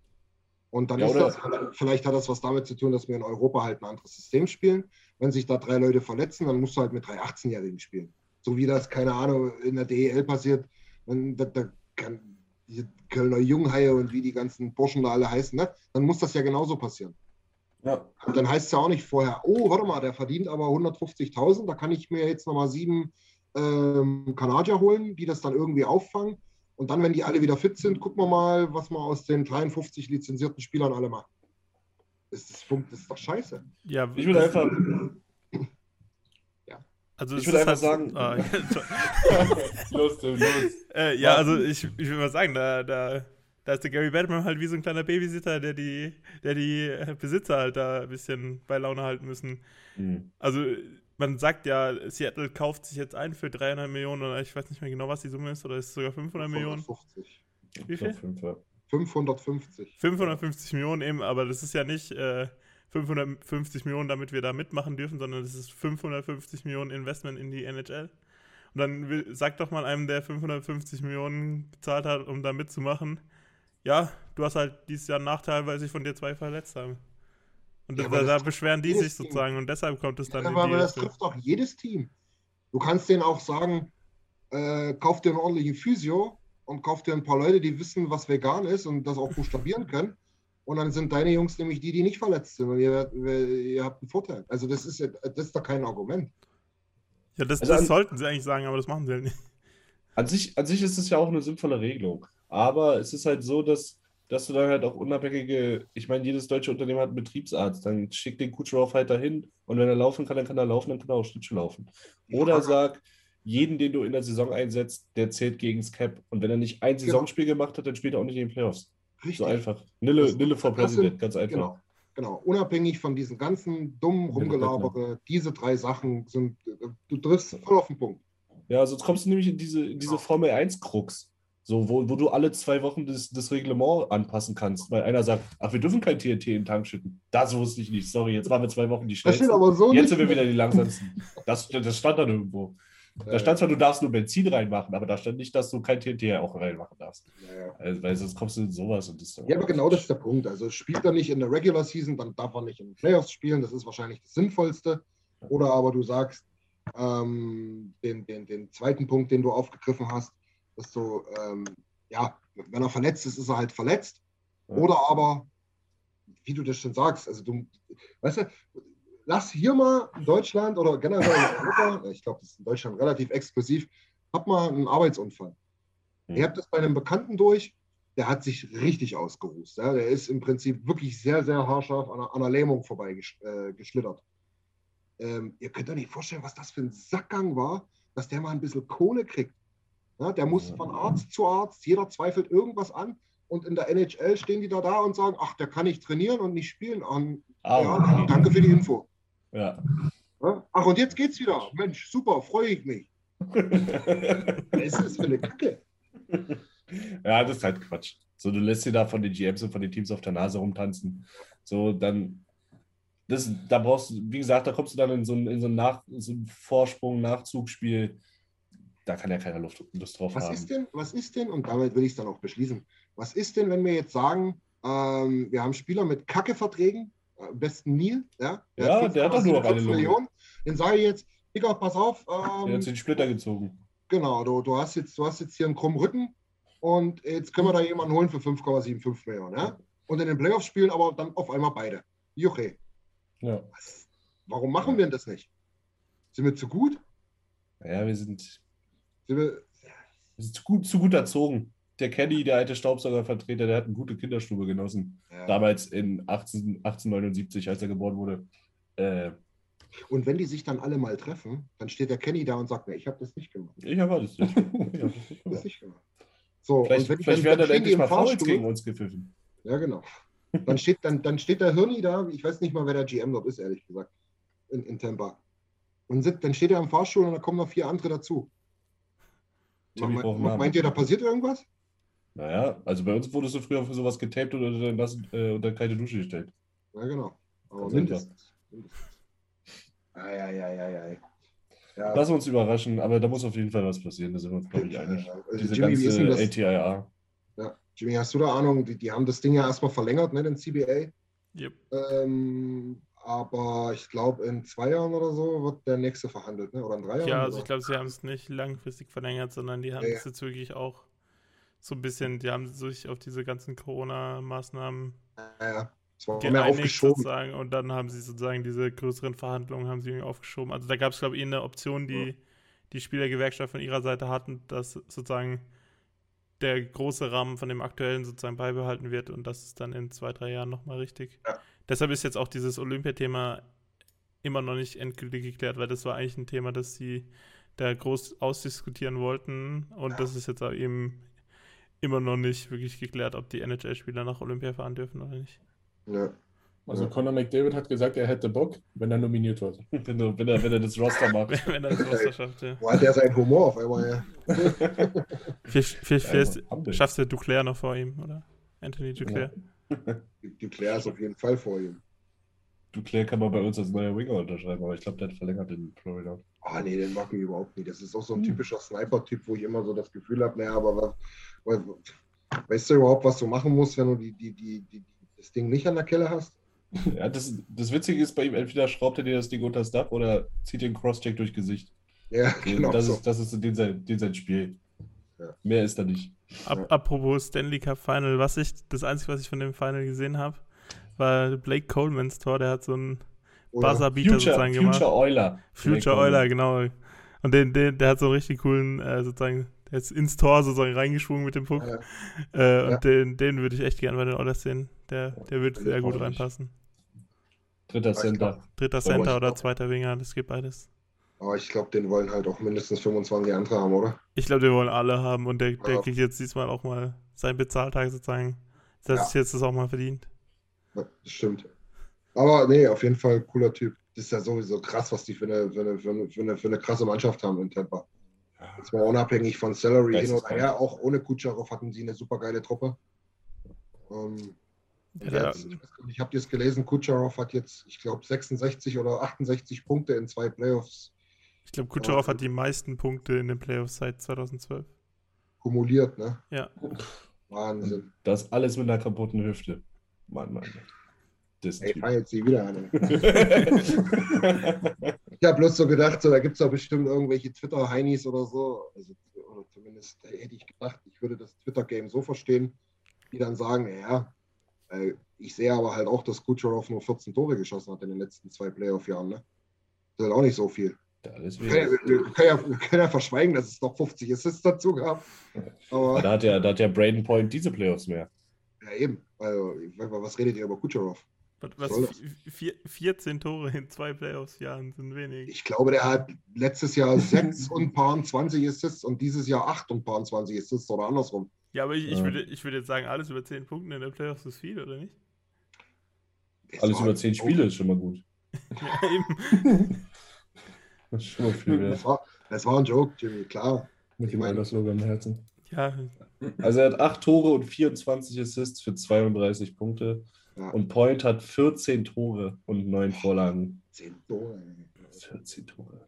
Und dann Ja, ist oder- das, vielleicht hat das was damit zu tun, dass wir in Europa halt ein anderes System spielen. Wenn sich da drei Leute verletzen, dann musst du halt mit drei achtzehnjährigen spielen. So wie das, keine Ahnung, in der D E L passiert. Wenn da, da kann die Kölner Junghaie und wie die ganzen Burschen da alle heißen, ne? Dann muss das ja genauso passieren. Ja. Und dann heißt es ja auch nicht vorher, oh, warte mal, der verdient aber hundertfünfzigtausend, da kann ich mir jetzt nochmal sieben ähm, Kanadier holen, die das dann irgendwie auffangen. Und dann, wenn die alle wieder fit sind, gucken wir mal, was wir aus den dreiundfünfzig lizenzierten Spielern alle machen. Das ist, das ist doch scheiße. Ja, Ich würde das- einfach, also ich es würde ist einfach halt, sagen- Ah, ja, los, Tim, los. Äh, ja, also ich, ich würde mal sagen, da, da, da ist der Gary Bettman halt wie so ein kleiner Babysitter, der die, der die äh, Besitzer halt da ein bisschen bei Laune halten müssen. Hm. Also man sagt ja, Seattle kauft sich jetzt ein für dreihundert Millionen oder ich weiß nicht mehr genau, was die Summe ist, oder ist es sogar fünfhundert Millionen? fünfhundertfünfzig. Wie viel? Fünf, ja. fünfhundertfünfzig. fünfhundertfünfzig Millionen eben, aber das ist ja nicht äh, fünfhundertfünfzig Millionen, damit wir da mitmachen dürfen, sondern das ist fünfhundertfünfzig Millionen Investment in die N H L. Und dann will, sag doch mal einem, der fünfhundertfünfzig Millionen bezahlt hat, um da mitzumachen, ja, du hast halt dieses Jahr einen Nachteil, weil sich von dir zwei verletzt haben. Und Ja, da, aber da das beschweren die jedes sich Team. sozusagen und deshalb kommt es dann Ja, in aber die das Richtung. trifft doch jedes Team. Du kannst denen auch sagen, äh, kauf dir einen ordentlichen Physio und kauf dir ein paar Leute, die wissen, was vegan ist und das auch buchstabieren können. Und dann sind deine Jungs nämlich die, die nicht verletzt sind. Und ihr, ihr habt einen Vorteil. Also das ist, ja- das ist doch kein Argument. Ja, das, Also das an- sollten sie eigentlich sagen, aber das machen sie halt nicht. An sich, an sich ist es ja auch eine sinnvolle Regelung. Aber es ist halt so, dass, dass du dann halt auch unabhängige, ich meine, jedes deutsche Unternehmen hat einen Betriebsarzt, dann schick den Kutscherov halt dahin und wenn er laufen kann, dann kann er laufen, dann kann er auch Schlittschuh laufen. Oder Ja. sag, jeden, den du in der Saison einsetzt, der zählt gegens Cap. Und wenn er nicht ein Saisonspiel gemacht hat, dann spielt er auch nicht in den Playoffs. Richtig. So einfach. Nille, Das- Nille for das sind- President, ganz einfach. Genau, genau. Unabhängig von diesen ganzen dummen Rumgelabere, diese drei Sachen sind, du triffst voll auf den Punkt. Ja, sonst kommst du nämlich in diese, in diese Formel eins Krux, so, wo, wo du alle zwei Wochen das, das Reglement anpassen kannst, weil einer sagt, ach, wir dürfen kein T N T in den Tank schütten. Das wusste ich nicht, sorry, jetzt waren wir zwei Wochen die Das steht schnellsten. aber so Jetzt nicht sind wir mehr. wieder die langsamsten. Das, das stand dann irgendwo. Da Ja, stand zwar, du darfst nur Benzin reinmachen, aber da stand nicht, dass du kein T N T auch reinmachen darfst. ja, ja. Also, weil sonst kommst du in sowas und das. Ja, aber genau das ist der Punkt. Also spielt er nicht in der Regular Season, dann darf er nicht in den Playoffs spielen. Das ist wahrscheinlich das Sinnvollste. Oder aber du sagst, ähm, den, den, den zweiten Punkt, den du aufgegriffen hast, dass du, ähm, ja, wenn er verletzt ist, ist er halt verletzt. Ja. Oder aber, wie du das schon sagst, also du, weißt du, lass hier mal in Deutschland oder generell in Europa, ich glaube, das ist in Deutschland relativ exklusiv, hab mal einen Arbeitsunfall. Hm. Ich habe das bei einem Bekannten durch, der hat sich richtig ausgeruht. Ja? Der ist im Prinzip wirklich sehr, sehr haarscharf an einer, an einer Lähmung vorbei gesch, äh, geschlittert. Ähm, ihr könnt euch nicht vorstellen, was das für ein Sackgang war, dass der mal ein bisschen Kohle kriegt. Ja? Der muss von Arzt zu Arzt, jeder zweifelt irgendwas an und in der N H L stehen die da da und sagen, ach, der kann nicht trainieren und nicht spielen. Und, Ah, ja, okay. danke für die Info. Ja. Ja? Ach, und jetzt geht's wieder. Mensch, super, freue ich mich. Was ist das für eine Kacke? Ja, das ist halt Quatsch. So, du lässt dir da von den G Ms und von den Teams auf der Nase rumtanzen. So, dann, das, da brauchst du, wie gesagt, da kommst du dann in so ein, in so ein, Nach, so ein Vorsprung, Nachzugsspiel. Da kann ja keiner Luft, Lust drauf Was haben. ist denn, was ist denn, und damit will ich es dann auch beschließen, was ist denn, wenn wir jetzt sagen, ähm, wir haben Spieler mit Kacke-Verträgen, am besten Neil, ja? Ja, der hat doch nur noch eine Lunge. Millionen. Den sage ich jetzt, Digga, pass auf. Der hat Ähm, sich den Splitter gezogen. genau, du, du, hast jetzt, du hast jetzt hier einen krummen Rücken und jetzt können wir da jemanden holen für fünf Komma fünfundsiebzig Millionen. Ja? Und in den Playoffs spielen aber dann auf einmal beide. Juche. Ja. Was? Warum machen wir denn das nicht? Sind wir zu gut? Ja, wir sind, Sind wir, wir sind zu, gut, zu gut erzogen. Der Kenny, der alte Staubsaugervertreter, der hat eine gute Kinderstube genossen. ja. Damals in achtzehn, achtzehnhundertneunundsiebzig, als er geboren wurde. Äh, Und wenn die sich dann alle mal treffen, dann steht der Kenny da und sagt, nee, ich habe das nicht gemacht. ich erwarte es nicht. Ich hab das nicht Ich hab gemacht. das nicht gemacht. So, Vielleicht, und wenn, vielleicht dann, werden dann stehen die endlich im mal Fouls Fahrstuhl. gegen uns gepfiffen. Ja, genau. Dann steht, dann, dann steht der Hirni da, ich weiß nicht mal, wer der G M dort ist, ehrlich gesagt, in, in Tampa. Und sit, dann steht er im Fahrstuhl und da kommen noch vier andere dazu. Timmy Me- braucht einen me- Namen. meint ihr, da passiert irgendwas? Naja, also bei uns wurdest du früher für sowas getaped oder unter, das, äh, unter kalte Dusche gestellt. Ja, genau. Aber Ganz mindestens. mindestens. Ai, ai, ai, ai, ai. Ja, Lass uns überraschen, aber da muss auf jeden Fall was passieren, da sind wir uns, glaube ich, einig. ja, also Diese Jimmy, wie ist ganze denn A das? T I A. Ja. Jimmy, hast du da Ahnung? Die, die haben das Ding ja erstmal verlängert, ne, den C B A. Yep. Ähm, aber ich glaube, in zwei Jahren oder so wird der nächste verhandelt, ne? Oder in drei Jahren? Ja, also oder? ich glaube, sie haben es nicht langfristig verlängert, sondern die haben Ja, es jetzt wirklich auch so ein bisschen, die haben sich auf diese ganzen Corona-Maßnahmen Ja, ja. Es war mehr geeinigt aufgeschoben. sozusagen und dann haben sie sozusagen diese größeren Verhandlungen haben sie irgendwie aufgeschoben. Also da gab es, glaube ich, eine Option, die die Spielergewerkschaft von ihrer Seite hatten, dass sozusagen der große Rahmen von dem aktuellen sozusagen beibehalten wird und das ist dann in zwei, drei Jahren nochmal richtig. Ja. Deshalb ist jetzt auch dieses Olympiathema immer noch nicht endgültig geklärt, weil das war eigentlich ein Thema, das sie da groß ausdiskutieren wollten und Ja. das ist jetzt auch eben immer noch nicht wirklich geklärt, ob die N H L-Spieler nach Olympia fahren dürfen oder nicht. Ja. Also Ja. Conor McDavid hat gesagt, er hätte Bock, wenn er nominiert wird. Wenn, er, wenn, er, wenn er das Roster macht. Wenn er das Roster schafft, ja. Wo hat der seinen Humor auf einmal? Ja. Vielleicht, vielleicht, vielleicht Ja, humble. schaffst du Duclair noch vor ihm, oder? Anthony Duclair. Die, die Claire ist auf jeden Fall vor ihm. Duclair kann man bei uns als neuer Winger unterschreiben, aber ich glaube, der hat verlängert in Florida. Ah, nee, den mag ich überhaupt nicht. Das ist auch so ein typischer Sniper-Typ, wo ich immer so das Gefühl habe, naja, aber was, was, weißt du überhaupt, was du machen musst, wenn du die, die, die, die, das Ding nicht an der Kelle hast? Ja, das, das Witzige ist bei ihm, entweder schraubt er dir das Ding unter das Dach oder zieht den Crosscheck durch Gesicht. Ja, genau das, so. ist, das ist den sein, den sein Spiel. Ja. Mehr ist da nicht. Ab, apropos Stanley Cup Final, was ich, das Einzige, was ich von dem Final gesehen habe, war Blake Colemans Tor, der hat so einen Oder- Buzzerbeater Future, sozusagen gemacht. Future Euler. Future Euler, genau. Und den, den, der hat so einen richtig coolen, äh, sozusagen, der ist ins Tor sozusagen reingeschwungen mit dem Puck. Ja. Äh, und Ja. den, den würde ich echt gerne bei den Oilers sehen. Der, der wird Ja, sehr gut auch nicht. reinpassen. Dritter Center. Dritter Aber Center ich oder glaub- zweiter Winger, das geht beides. Aber ich glaube, den wollen halt auch mindestens fünfundzwanzig andere haben, oder? Ich glaube, wir wollen alle haben und der, der Ja. kriegt jetzt diesmal auch mal seinen Bezahltag sozusagen. Das Ja. ist jetzt das auch mal verdient. Ja, das stimmt. Aber nee, auf jeden Fall cooler Typ. Das ist ja sowieso krass, was die für eine, für eine, für eine, für eine, für eine krasse Mannschaft haben in Tampa. Jetzt mal unabhängig von Salary hin oder Geisteskrank. her, auch ohne Kucherov hatten sie eine super geile Truppe. Ähm, Ja, der- jetzt, ich weiß gar nicht, habt ihr es gelesen? Kucherov hat jetzt, ich glaube, sechsundsechzig oder achtundsechzig Punkte in zwei Playoffs Ich glaube, Kucherov hat die meisten Punkte in den Playoffs seit zweitausendzwölf. kumuliert, ne? Ja. Wahnsinn. Das alles mit einer kaputten Hüfte. Mann, Mann. Das Ey, Typ. fang jetzt sie wieder an. Ich habe bloß so gedacht, so, da gibt es doch bestimmt irgendwelche Twitter-Heinis oder so. Also, oder zumindest hätte ich gedacht, ich würde das Twitter-Game so verstehen, die dann sagen, ja, äh, ich sehe aber halt auch, dass Kucherov nur vierzehn Tore geschossen hat in den letzten zwei Playoff-Jahren. Ne? Das ist halt auch nicht so viel. Ja, alles Wir können, ja, wir, können ja, wir können ja verschweigen, dass es noch fünfzig Assists dazu gab. Aber da, hat ja, da hat ja Braden Point diese Playoffs mehr. Ja, eben. Also, was redet ihr über Kucherov? Was, was vier, vierzehn Tore in zwei Playoffs-Jahren sind wenig. Ich glaube, der hat letztes Jahr sechs und paar zwanzig Assists und dieses Jahr acht und paar zwanzig Assists oder andersrum. Ja, aber ich, ich, Ja. würde, ich würde jetzt sagen, alles über zehn Punkte in der Playoffs ist viel, oder nicht? Es Alles war über ein zehn Joke. Spiele ist schon mal gut. Ja, eben. Das ist schon mal viel Das wert. war, das war ein Joke, Jimmy, klar. Mit Ich dem meine- Oilers-Logo am Herzen. Ja, Also er hat acht Tore und vierundzwanzig Assists für zweiunddreißig Punkte. Ja, Und Point hat vierzehn Tore und neun Vorlagen. zehn Tore. vierzehn Tore.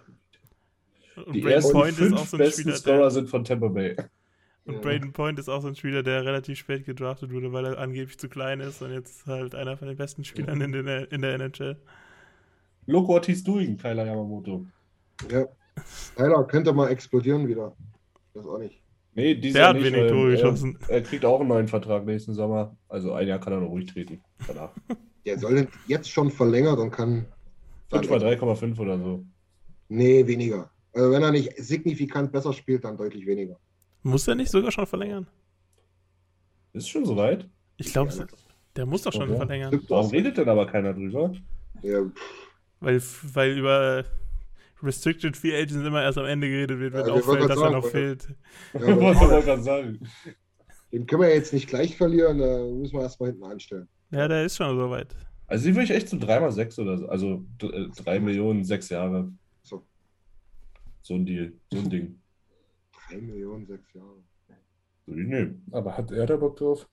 und Die Braden ersten Point ist fünf auch so ein besten Spieler, Scorer der, sind von Tampa Bay. und Ja. Braden Point ist auch so ein Spieler, der relativ spät gedraftet wurde, weil er angeblich zu klein ist und jetzt halt einer von den besten Spielern in der, in der N H L. Look what he's doing, Tyler Yamamoto. Ja. Tyler könnte mal explodieren wieder. Das auch nicht. Nee, dieses Der Jahr hat nicht, wenig weil Tore er, geschossen. er kriegt auch einen neuen Vertrag nächsten Sommer. Also ein Jahr kann er noch ruhig treten. Danach. Der soll jetzt schon verlängert und kann. dann fünf mal drei Komma fünf oder so. Nee, weniger. Also wenn er nicht signifikant besser spielt, dann deutlich weniger. Muss er nicht sogar schon verlängern? Ist schon soweit. Ich glaube, Ja, der muss doch schon Ja. verlängern. Warum redet denn aber keiner drüber? Ja, Weil, weil über Restricted Free Agents immer erst am Ende geredet wird, wenn Ja, wir wollten auffällt, dass er sagen, noch weil- fehlt. ja, Was soll aber ich gerade sagen? den können wir jetzt nicht gleich verlieren, da müssen wir erstmal hinten anstellen. Ja, der ist schon soweit. Also die würde ich echt zu drei mal sechs oder so. Also drei Millionen, sechs Jahre. So, So ein Deal. So ein Ding. drei Millionen, sechs Jahre. Würde ich nehmen. Aber hat er da Bock drauf?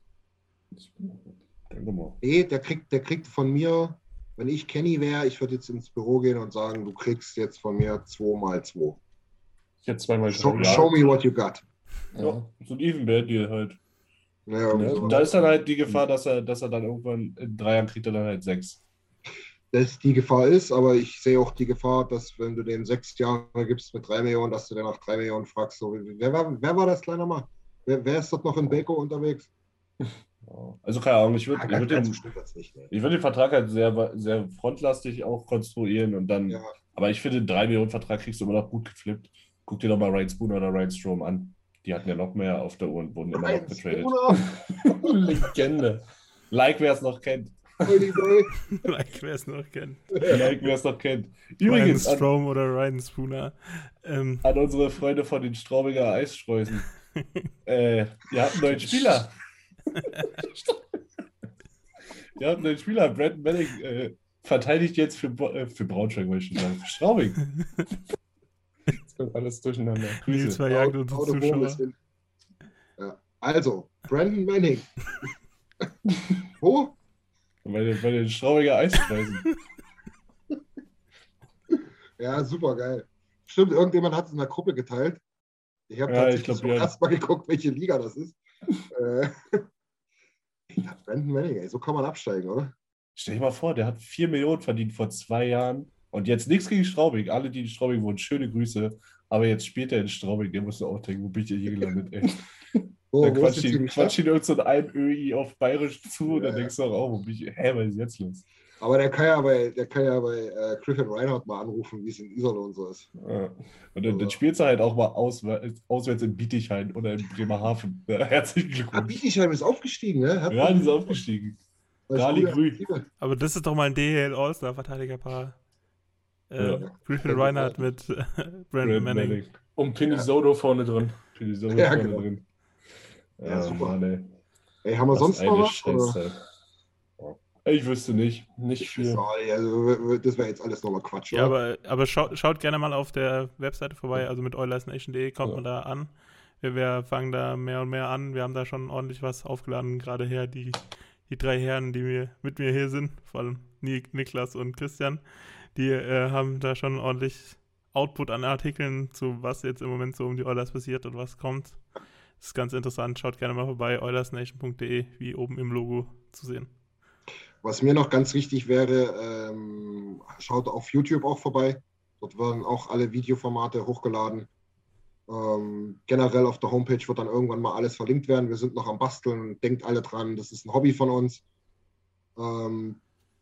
Denke mal. Nee, der kriegt, der kriegt von mir, wenn ich Kenny wäre, ich würde jetzt ins Büro gehen und sagen, du kriegst jetzt von mir zwei mal zwei. Ich hätte zweimal Show, drei. show me what you got. Ja, so ein Even-Bad-Deal halt. Ja, irgendwie Ja, so. Und da ist dann halt die Gefahr, dass er, dass er dann irgendwann in drei Jahren kriegt er dann halt sechs. dass die Gefahr ist, aber ich sehe auch die Gefahr, dass wenn du den sechs Jahre gibst mit drei Millionen, dass du dann nach drei Millionen fragst, so, wer, war, wer war das kleiner Mann? Wer, wer ist dort noch in Beko unterwegs? Ja. Also keine Ahnung, ich würde Ja, ich ganz, würd ganz den, stimmt das nicht. Ne? ich würd den Vertrag halt sehr, sehr frontlastig auch konstruieren und dann, Ja, aber ich finde, einen drei Millionen Vertrag kriegst du immer noch gut geflippt. Guck dir doch mal Ryan Spooner oder Ryan Strom an. Die hatten ja noch mehr auf der Uhr und wurden immer noch Ryan getradet. Spooner, Legende. Like, wer es noch kennt. Holy Boy. Like, wer es noch kennt. Like, wer es noch kennt. Ryan Übrigens, an, Strome oder Ryan Spooner. Ähm, an unsere Freunde von den Straubinger Eisstreusen. äh, ihr habt einen neuen Spieler. ihr habt einen neuen Spieler. Brandon Manning äh, verteidigt jetzt für, Bo- äh, für Braunschweig, wollte ich schon sagen. Für Straubing. Das wird alles durcheinander. Nils Grüße. verjagt unsere Out of home Zuschauer. ist in- Ja. Also, Brandon Manning. Wo? Bei den, bei den Straubinger Eisstreusen. Ja, super geil. Stimmt, irgendjemand hat es in der Gruppe geteilt. Ich habe Ja, tatsächlich ich glaub, zum ja. ersten Mal geguckt, welche Liga das ist. äh, ja, Brandon Manning, ey, so kann man absteigen, oder? Stell dir mal vor, der hat vier Millionen verdient vor zwei Jahren. Und jetzt nichts gegen Straubing. Alle, die in Straubing wohnen, schöne Grüße. Aber jetzt spielt er in Straubing. Der muss auch denken, wo bin ich denn hier gelandet, ey? Wo, Dann wo ist quatscht jetzt hier ihn, die Stadt? quatscht ihn irgend so ein Öi auf Bayerisch zu und dann Ja. denkst du auch, oh, wo bin ich, hä, was ist jetzt los? Aber der kann ja bei, der kann ja bei äh, Griffin Reinhardt mal anrufen, wie es in Iserlohn so ist. Ja. Und dann, dann spielst du halt auch mal auswär- auswärts in Bietigheim oder in Bremerhaven. Ja, herzlichen Ah, Glückwunsch. Bietigheim ist aufgestiegen, ne? Hat Ja, die ist aufgestiegen. das Gali gute Grün. Alternative. Aber das ist doch mal ein D H L All-Star-Verteidigerpaar. Äh, Ja. Griffin Reinhardt mit äh, Brandon Brandon Manning. Manning. Und Pinisodo vorne drin. Für die so Ja, vorne genau. drin. Ja, Ah, super. Mann, ey. Ey, haben wir Was sonst eine noch was? Oder? Scheißzeit. Ja. Ich wüsste nicht. Nicht Ich viel. weiß auch nicht, also, das wäre jetzt alles nochmal Quatsch, Ja, oder? aber, aber schaut, schaut gerne mal auf der Webseite vorbei, also mit oilersnation punkt de kommt Ja. man da an. Wir, wir fangen da mehr und mehr an. Wir haben da schon ordentlich was aufgeladen, gerade her, die, die drei Herren, die mir, mit mir hier sind, vor allem Nik, Niklas und Christian, die äh, haben da schon ordentlich Output an Artikeln zu was jetzt im Moment so um die Oilers passiert und was kommt. Das ist ganz interessant. Schaut gerne mal vorbei, oilersnation punkt de, wie oben im Logo zu sehen. Was mir noch ganz wichtig wäre, ähm, schaut auf YouTube auch vorbei. Dort werden auch alle Videoformate hochgeladen. Ähm, generell auf der Homepage wird dann irgendwann mal alles verlinkt werden. Wir sind noch am Basteln. Denkt alle dran, das ist ein Hobby von uns. Ähm,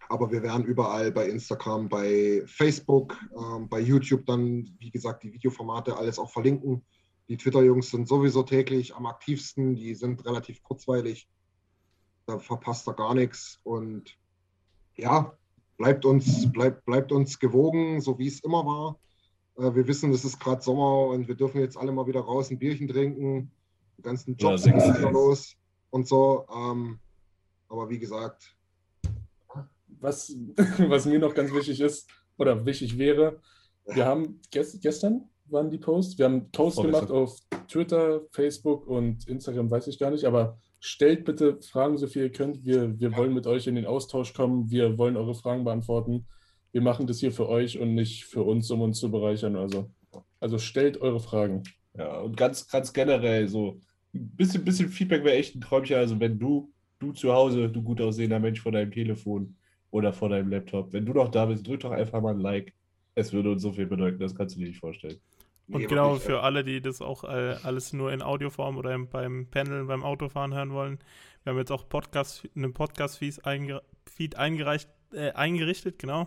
Aber wir werden überall bei Instagram, bei Facebook, ähm, bei YouTube dann, wie gesagt, die Videoformate alles auch verlinken. Die Twitter-Jungs sind sowieso täglich am aktivsten, die sind relativ kurzweilig. Da verpasst er gar nichts. Und ja, bleibt uns, bleibt, bleibt uns gewogen, so wie es immer war. Äh, wir wissen, es ist gerade Sommer und wir dürfen jetzt alle mal wieder raus ein Bierchen trinken. Die ganzen Jobs ja, sind wieder los und so. Ähm, aber wie gesagt, Was, was mir noch ganz wichtig ist, oder wichtig wäre, wir haben gest, gestern waren die Posts, wir haben Posts oh, gemacht auf Twitter, Facebook und Instagram, weiß ich gar nicht, aber stellt bitte Fragen, so viel ihr könnt. Wir, wir wollen mit euch in den Austausch kommen, wir wollen eure Fragen beantworten. Wir machen das hier für euch und nicht für uns, um uns zu bereichern. Also, also stellt eure Fragen. Ja, und ganz, ganz generell so ein bisschen, bisschen Feedback wäre echt ein Träumchen. Also wenn du, du zu Hause, du gut aussehender Mensch vor deinem Telefon oder vor deinem Laptop, wenn du noch da bist, drück doch einfach mal ein Like. Es würde uns so viel bedeuten, das kannst du dir nicht vorstellen. Und nee, genau, nicht, für alle, die das auch äh, alles nur in Audioform oder im, beim Pendeln, beim Autofahren hören wollen, wir haben jetzt auch Podcast, einen Podcast-Feed einge- Feed eingereicht, äh, eingerichtet, genau.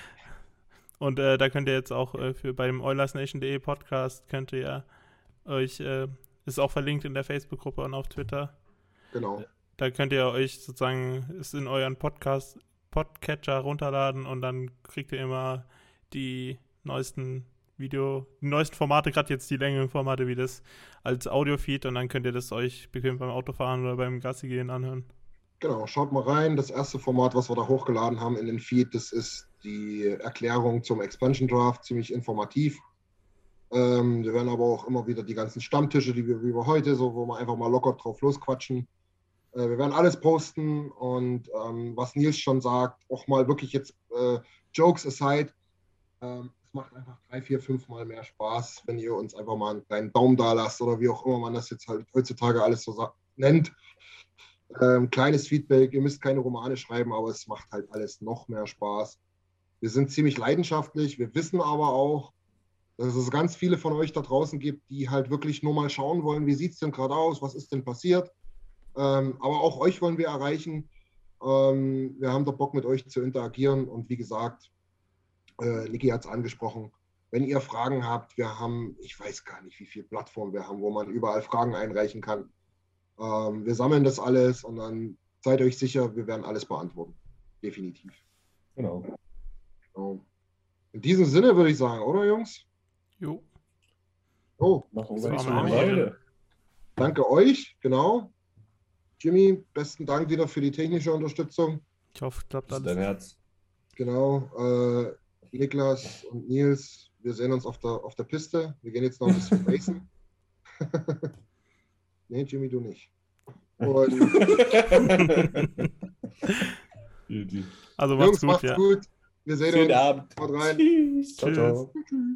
Und äh, da könnt ihr jetzt auch äh, für bei dem oilersnation punkt de Podcast könnt ihr euch, äh, ist auch verlinkt in der Facebook-Gruppe und auf Twitter. Genau. Da könnt ihr euch sozusagen es in euren Podcast Podcatcher runterladen und dann kriegt ihr immer die neuesten Video, die neuesten Formate, gerade jetzt die längeren Formate wie das als Audio-Feed und dann könnt ihr das euch bequem beim Autofahren oder beim Gassi gehen anhören. Genau, schaut mal rein. Das erste Format, was wir da hochgeladen haben in den Feed, das ist die Erklärung zum Expansion Draft, ziemlich informativ. Ähm, wir werden aber auch immer wieder die ganzen Stammtische, die wir, wie wir heute, so wo wir einfach mal locker drauf losquatschen. Äh, wir werden alles posten und ähm, was Nils schon sagt, auch mal wirklich jetzt äh, Jokes aside, ähm, es macht einfach drei, vier, fünf Mal mehr Spaß, wenn ihr uns einfach mal einen kleinen Daumen da lasst oder wie auch immer man das jetzt halt heutzutage alles so sa- nennt. Ähm, kleines Feedback, ihr müsst keine Romane schreiben, aber es macht halt alles noch mehr Spaß. Wir sind ziemlich leidenschaftlich, wir wissen aber auch, dass es ganz viele von euch da draußen gibt, die halt wirklich nur mal schauen wollen, wie sieht es denn gerade aus, was ist denn passiert. Ähm, aber auch euch wollen wir erreichen. Ähm, wir haben da Bock, mit euch zu interagieren und wie gesagt, äh, Niki hat es angesprochen, wenn ihr Fragen habt, wir haben, ich weiß gar nicht, wie viele Plattformen wir haben, wo man überall Fragen einreichen kann. Ähm, wir sammeln das alles und dann seid euch sicher, wir werden alles beantworten. Definitiv. Genau. So. In diesem Sinne würde ich sagen, oder Jungs? Jo. Oh, Machen wir wir mal beide. Danke euch, genau. Jimmy, besten Dank wieder für die technische Unterstützung. Ich hoffe, es klappt Das ist alles. dein Herz. Genau. Äh, Niklas und Nils, wir sehen uns auf der, auf der Piste. Wir gehen jetzt noch ein bisschen racen. Nee, Jimmy, du nicht. Und Also macht's Jungs, gut, macht's ja. gut. Wir sehen Schönen uns. Abend. Haut rein. Tschüss. Ciao, ciao.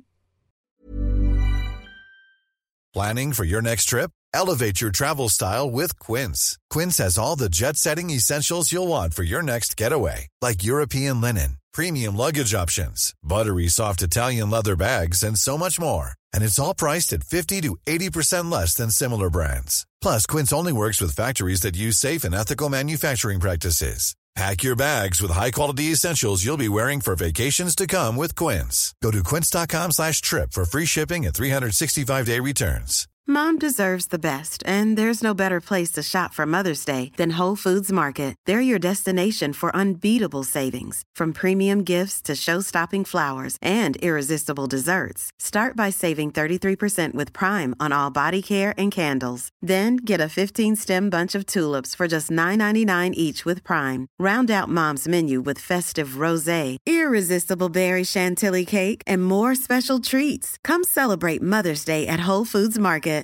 Planning for your next trip? Elevate your travel style with Quince. Quince has all the jet-setting essentials you'll want for your next getaway, like European linen, premium luggage options, buttery soft Italian leather bags, and so much more. And it's all priced at fifty to eighty percent less than similar brands. Plus, Quince only works with factories that use safe and ethical manufacturing practices. Pack your bags with high-quality essentials you'll be wearing for vacations to come with Quince. Go to quince.com slash trip for free shipping and three sixty-five day returns. Mom deserves the best, and there's no better place to shop for Mother's Day than Whole Foods Market. They're your destination for unbeatable savings, from premium gifts to show-stopping flowers and irresistible desserts. Start by saving thirty-three percent with Prime on all body care and candles. Then get a fifteen-stem bunch of tulips for just nine ninety-nine each with Prime. Round out Mom's menu with festive rosé, irresistible berry chantilly cake, and more special treats. Come celebrate Mother's Day at Whole Foods Market.